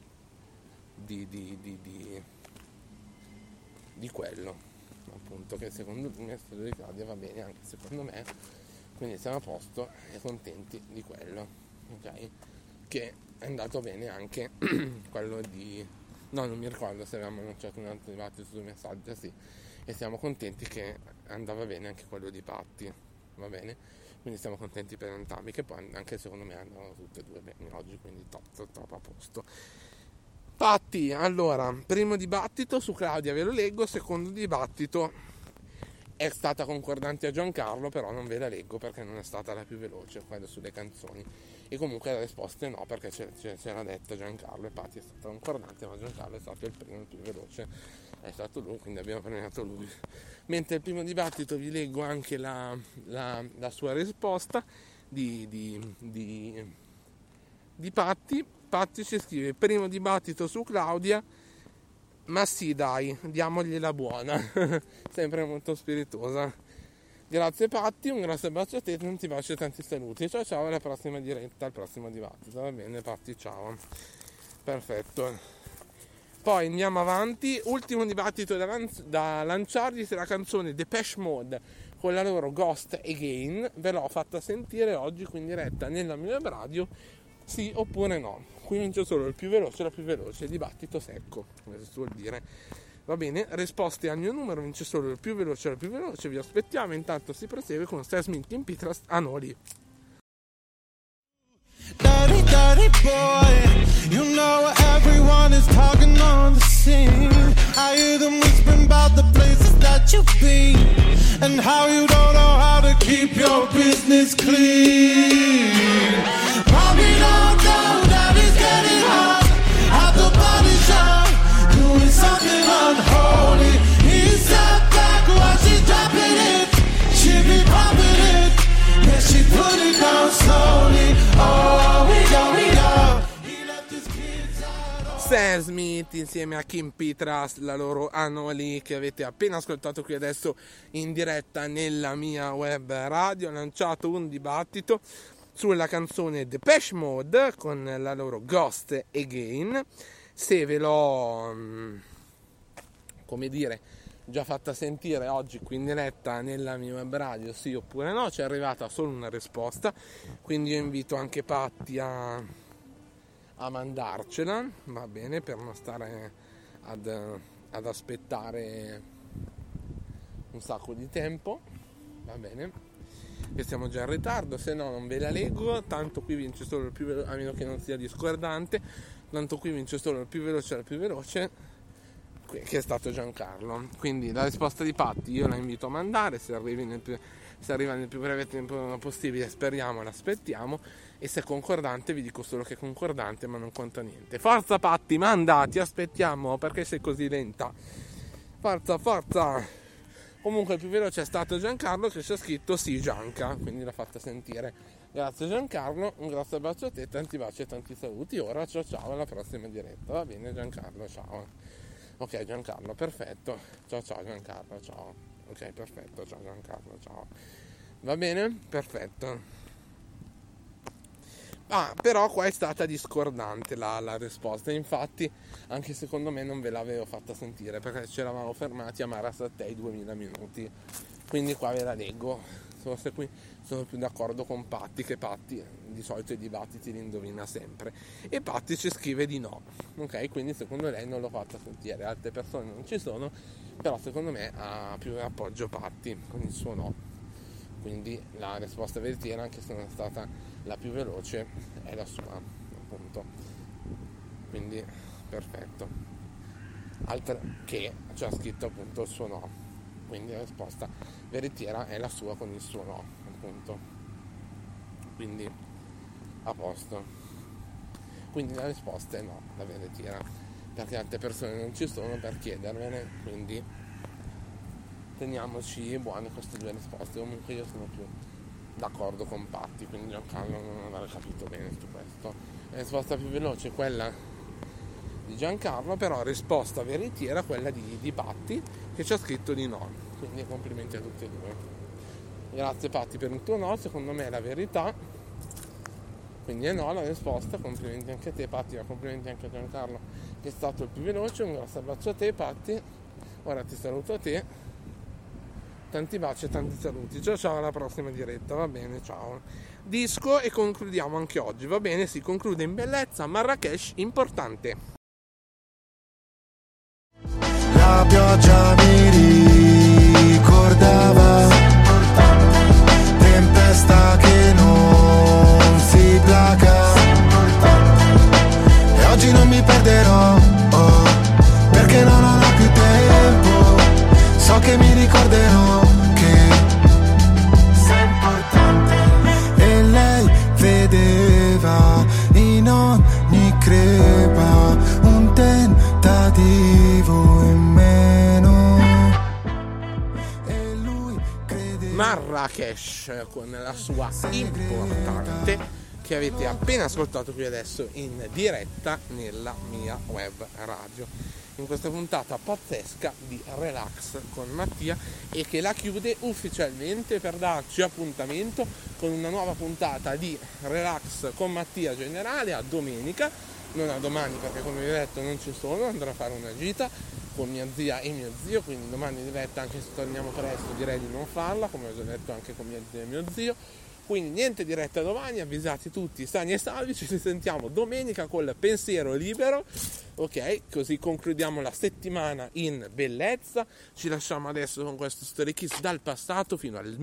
[SPEAKER 2] quello, appunto, che secondo il messaggio di Claudia va bene anche secondo me, quindi siamo a posto e contenti di quello, ok? Che è andato bene anche quello di... no, non mi ricordo se avevamo lanciato un altro dibattito sui messaggi, sì, e siamo contenti che andava bene anche quello di Patti, va bene? Quindi siamo contenti per entrambi, che poi anche secondo me andavano tutte e 2 bene oggi, quindi top a posto. Patti, allora, primo dibattito su Claudia ve lo leggo, secondo dibattito è stata concordante a Giancarlo, però non ve la leggo perché non è stata la più veloce, quella sulle canzoni, e comunque la risposta è no, perché c'era detta Giancarlo e Patti è stata concordante, ma Giancarlo è stato il primo, il più veloce, è stato lui, quindi abbiamo premiato lui. Mentre il primo dibattito vi leggo anche la sua risposta di Patti. Patti ci scrive: primo dibattito su Claudia, ma sì dai, diamogliela buona. Sempre molto spiritosa. Grazie Patti, un grosso abbraccio a te, tanti baci e tanti saluti. Ciao, alla prossima diretta, al prossimo dibattito. Va bene Patti, ciao. Perfetto. Poi andiamo avanti, ultimo dibattito da lanciarvi, se la canzone Depeche Mode con la loro Ghost Again, ve l'ho fatta sentire oggi qui in diretta nella mia radio, sì oppure no. Qui vince solo il più veloce, la più veloce, dibattito secco, come si suol dire. Va bene, risposte al mio numero, vince solo il più veloce, la più veloce, vi aspettiamo, intanto si prosegue con Sam Smith in Petras Anoli.
[SPEAKER 12] Dirty boy, you know everyone is talking on the scene. I hear them whispering about the places that you've been. and how you don't know how to keep your business clean. Mommy, don't know that it's getting hot at the body shop, doing something unholy. He's up back while she's dropping it. She be popping it, yeah, she put it down slowly. Oh, we go, we go.
[SPEAKER 2] Sam Smith insieme a Kim Petras, la loro Anoli, che avete appena ascoltato qui adesso in diretta nella mia web radio. Ha lanciato un dibattito sulla canzone Depeche Mode con la loro Ghost Again. Se ve l'ho, come dire, già fatta sentire oggi qui in diretta nella mia web radio, sì oppure no, ci è arrivata solo una risposta, quindi io invito anche Patti a mandarcela, va bene, per non stare ad aspettare un sacco di tempo, va bene, che siamo già in ritardo, se no non ve la leggo, tanto qui vince solo il più veloce, a meno che non sia discordante, tanto qui vince solo il più veloce, che è stato Giancarlo. Quindi la risposta di Patti io la invito a mandare, se arriva nel più breve tempo possibile, speriamo, l'aspettiamo, e se è concordante vi dico solo che è concordante, ma non conta niente. Forza Patti, manda, ti aspettiamo, perché sei così lenta, forza. Comunque il più veloce è stato Giancarlo, che ci ha scritto sì Gianca, quindi l'ha fatta sentire. Grazie Giancarlo, un grosso abbraccio a te, tanti baci e tanti saluti. Ora ciao alla prossima diretta, va bene Giancarlo, ciao. Ok Giancarlo, perfetto, ciao Giancarlo, ciao. Ok, perfetto, ciao Giancarlo, ciao. Va bene? Perfetto. Però qua è stata discordante la risposta, infatti anche secondo me non ve l'avevo fatta sentire, perché ci eravamo fermati a Marasatei 2000 minuti, quindi qua ve la leggo. Forse qui sono più d'accordo con Patti, che Patti di solito i dibattiti li indovina sempre, e Patti ci scrive di no, ok? Quindi secondo lei non l'ho fatta sentire, altre persone non ci sono, però secondo me ha più appoggio Patti con il suo no, quindi la risposta veritiera, anche se non è stata la più veloce, è la sua, appunto, quindi perfetto. Altra che ci ha scritto appunto il suo no, quindi la risposta veritiera è la sua con il suo no, appunto, quindi a posto. Quindi la risposta è no, la veritiera, perché altre persone non ci sono per chiedervene, quindi teniamoci buone queste due risposte. Comunque io sono più d'accordo con Patti, quindi Giancarlo non avrà capito bene su questo. La risposta più veloce è quella di Giancarlo, però risposta veritiera quella di Patti, che ci ha scritto di no, quindi complimenti a tutti e due. Grazie Patti per il tuo no, secondo me è la verità, quindi è no la risposta. Complimenti anche a te Patti, ma complimenti anche a Giancarlo, che è stato il più veloce. Un grosso abbraccio a te Patti, ora ti saluto a te, tanti baci e tanti saluti, ciao alla prossima diretta, va bene, ciao. Disco e concludiamo anche oggi, va bene, si conclude in bellezza. Marrakesh, importante.
[SPEAKER 11] La pioggia mi ricordava tempesta che non si placa, e oggi non mi perderò, perché non ho più tempo, so che mi ricorderò che sei importante, e lei vedeva in ogni crepa un tentativo in meno, e lui credeva.
[SPEAKER 2] Marrakesh con la sua importante, che avete appena ascoltato qui adesso in diretta nella mia web radio, in questa puntata pazzesca di Relax con Mattia, e che la chiude ufficialmente per darci appuntamento con una nuova puntata di Relax con Mattia generale a domenica, non a domani perché come vi ho detto non ci sono, andrò a fare una gita con mia zia e mio zio, quindi domani diretta, anche se torniamo presto, direi di non farla, come ho già detto anche con mia zia e mio zio. Quindi niente diretta domani, avvisati tutti sani e salvi, ci sentiamo domenica col pensiero libero. Ok, così concludiamo la settimana in bellezza. Ci lasciamo adesso con questo Story Kiss dal passato fino al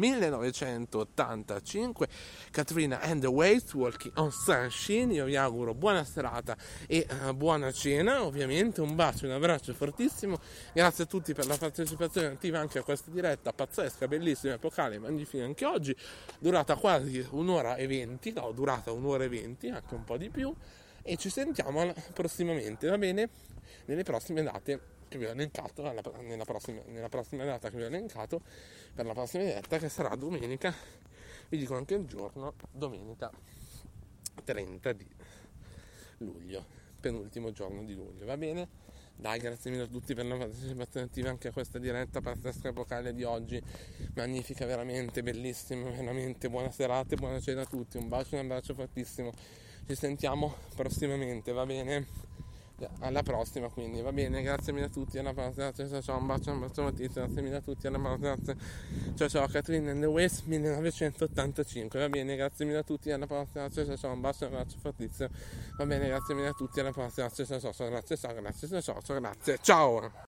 [SPEAKER 2] 1985, Katrina and the Waves, Walking on Sunshine. Io vi auguro buona serata e buona cena, ovviamente un bacio, un abbraccio fortissimo, grazie a tutti per la partecipazione attiva anche a questa diretta pazzesca, bellissima, epocale, magnifica anche oggi, durata quasi un'ora e 20, no, durata un'ora e 20, anche un po' di più. E ci sentiamo prossimamente, va bene? Nelle prossime date che vi ho elencato, nella prossima data che vi ho elencato per la prossima diretta, che sarà domenica, vi dico anche il giorno, domenica 30 di luglio, penultimo giorno di luglio, va bene? Dai, grazie mille a tutti per la partecipazione attiva anche a questa diretta pazzesca epocale di oggi, magnifica, veramente bellissima, veramente buona serata e buona cena a tutti, un bacio e un abbraccio fortissimo. Ci sentiamo prossimamente, va bene? Alla prossima, quindi, va bene? Grazie mille a tutti, alla prossima, ciao, un bacio fortissimo, grazie mille a tutti, alla prossima, ciao, Katrina and the Waves 1985, va bene? Grazie mille a tutti, alla prossima, ciao, un bacio fortissimo, va bene? Grazie mille a tutti, alla prossima, ciao, grazie, ciao.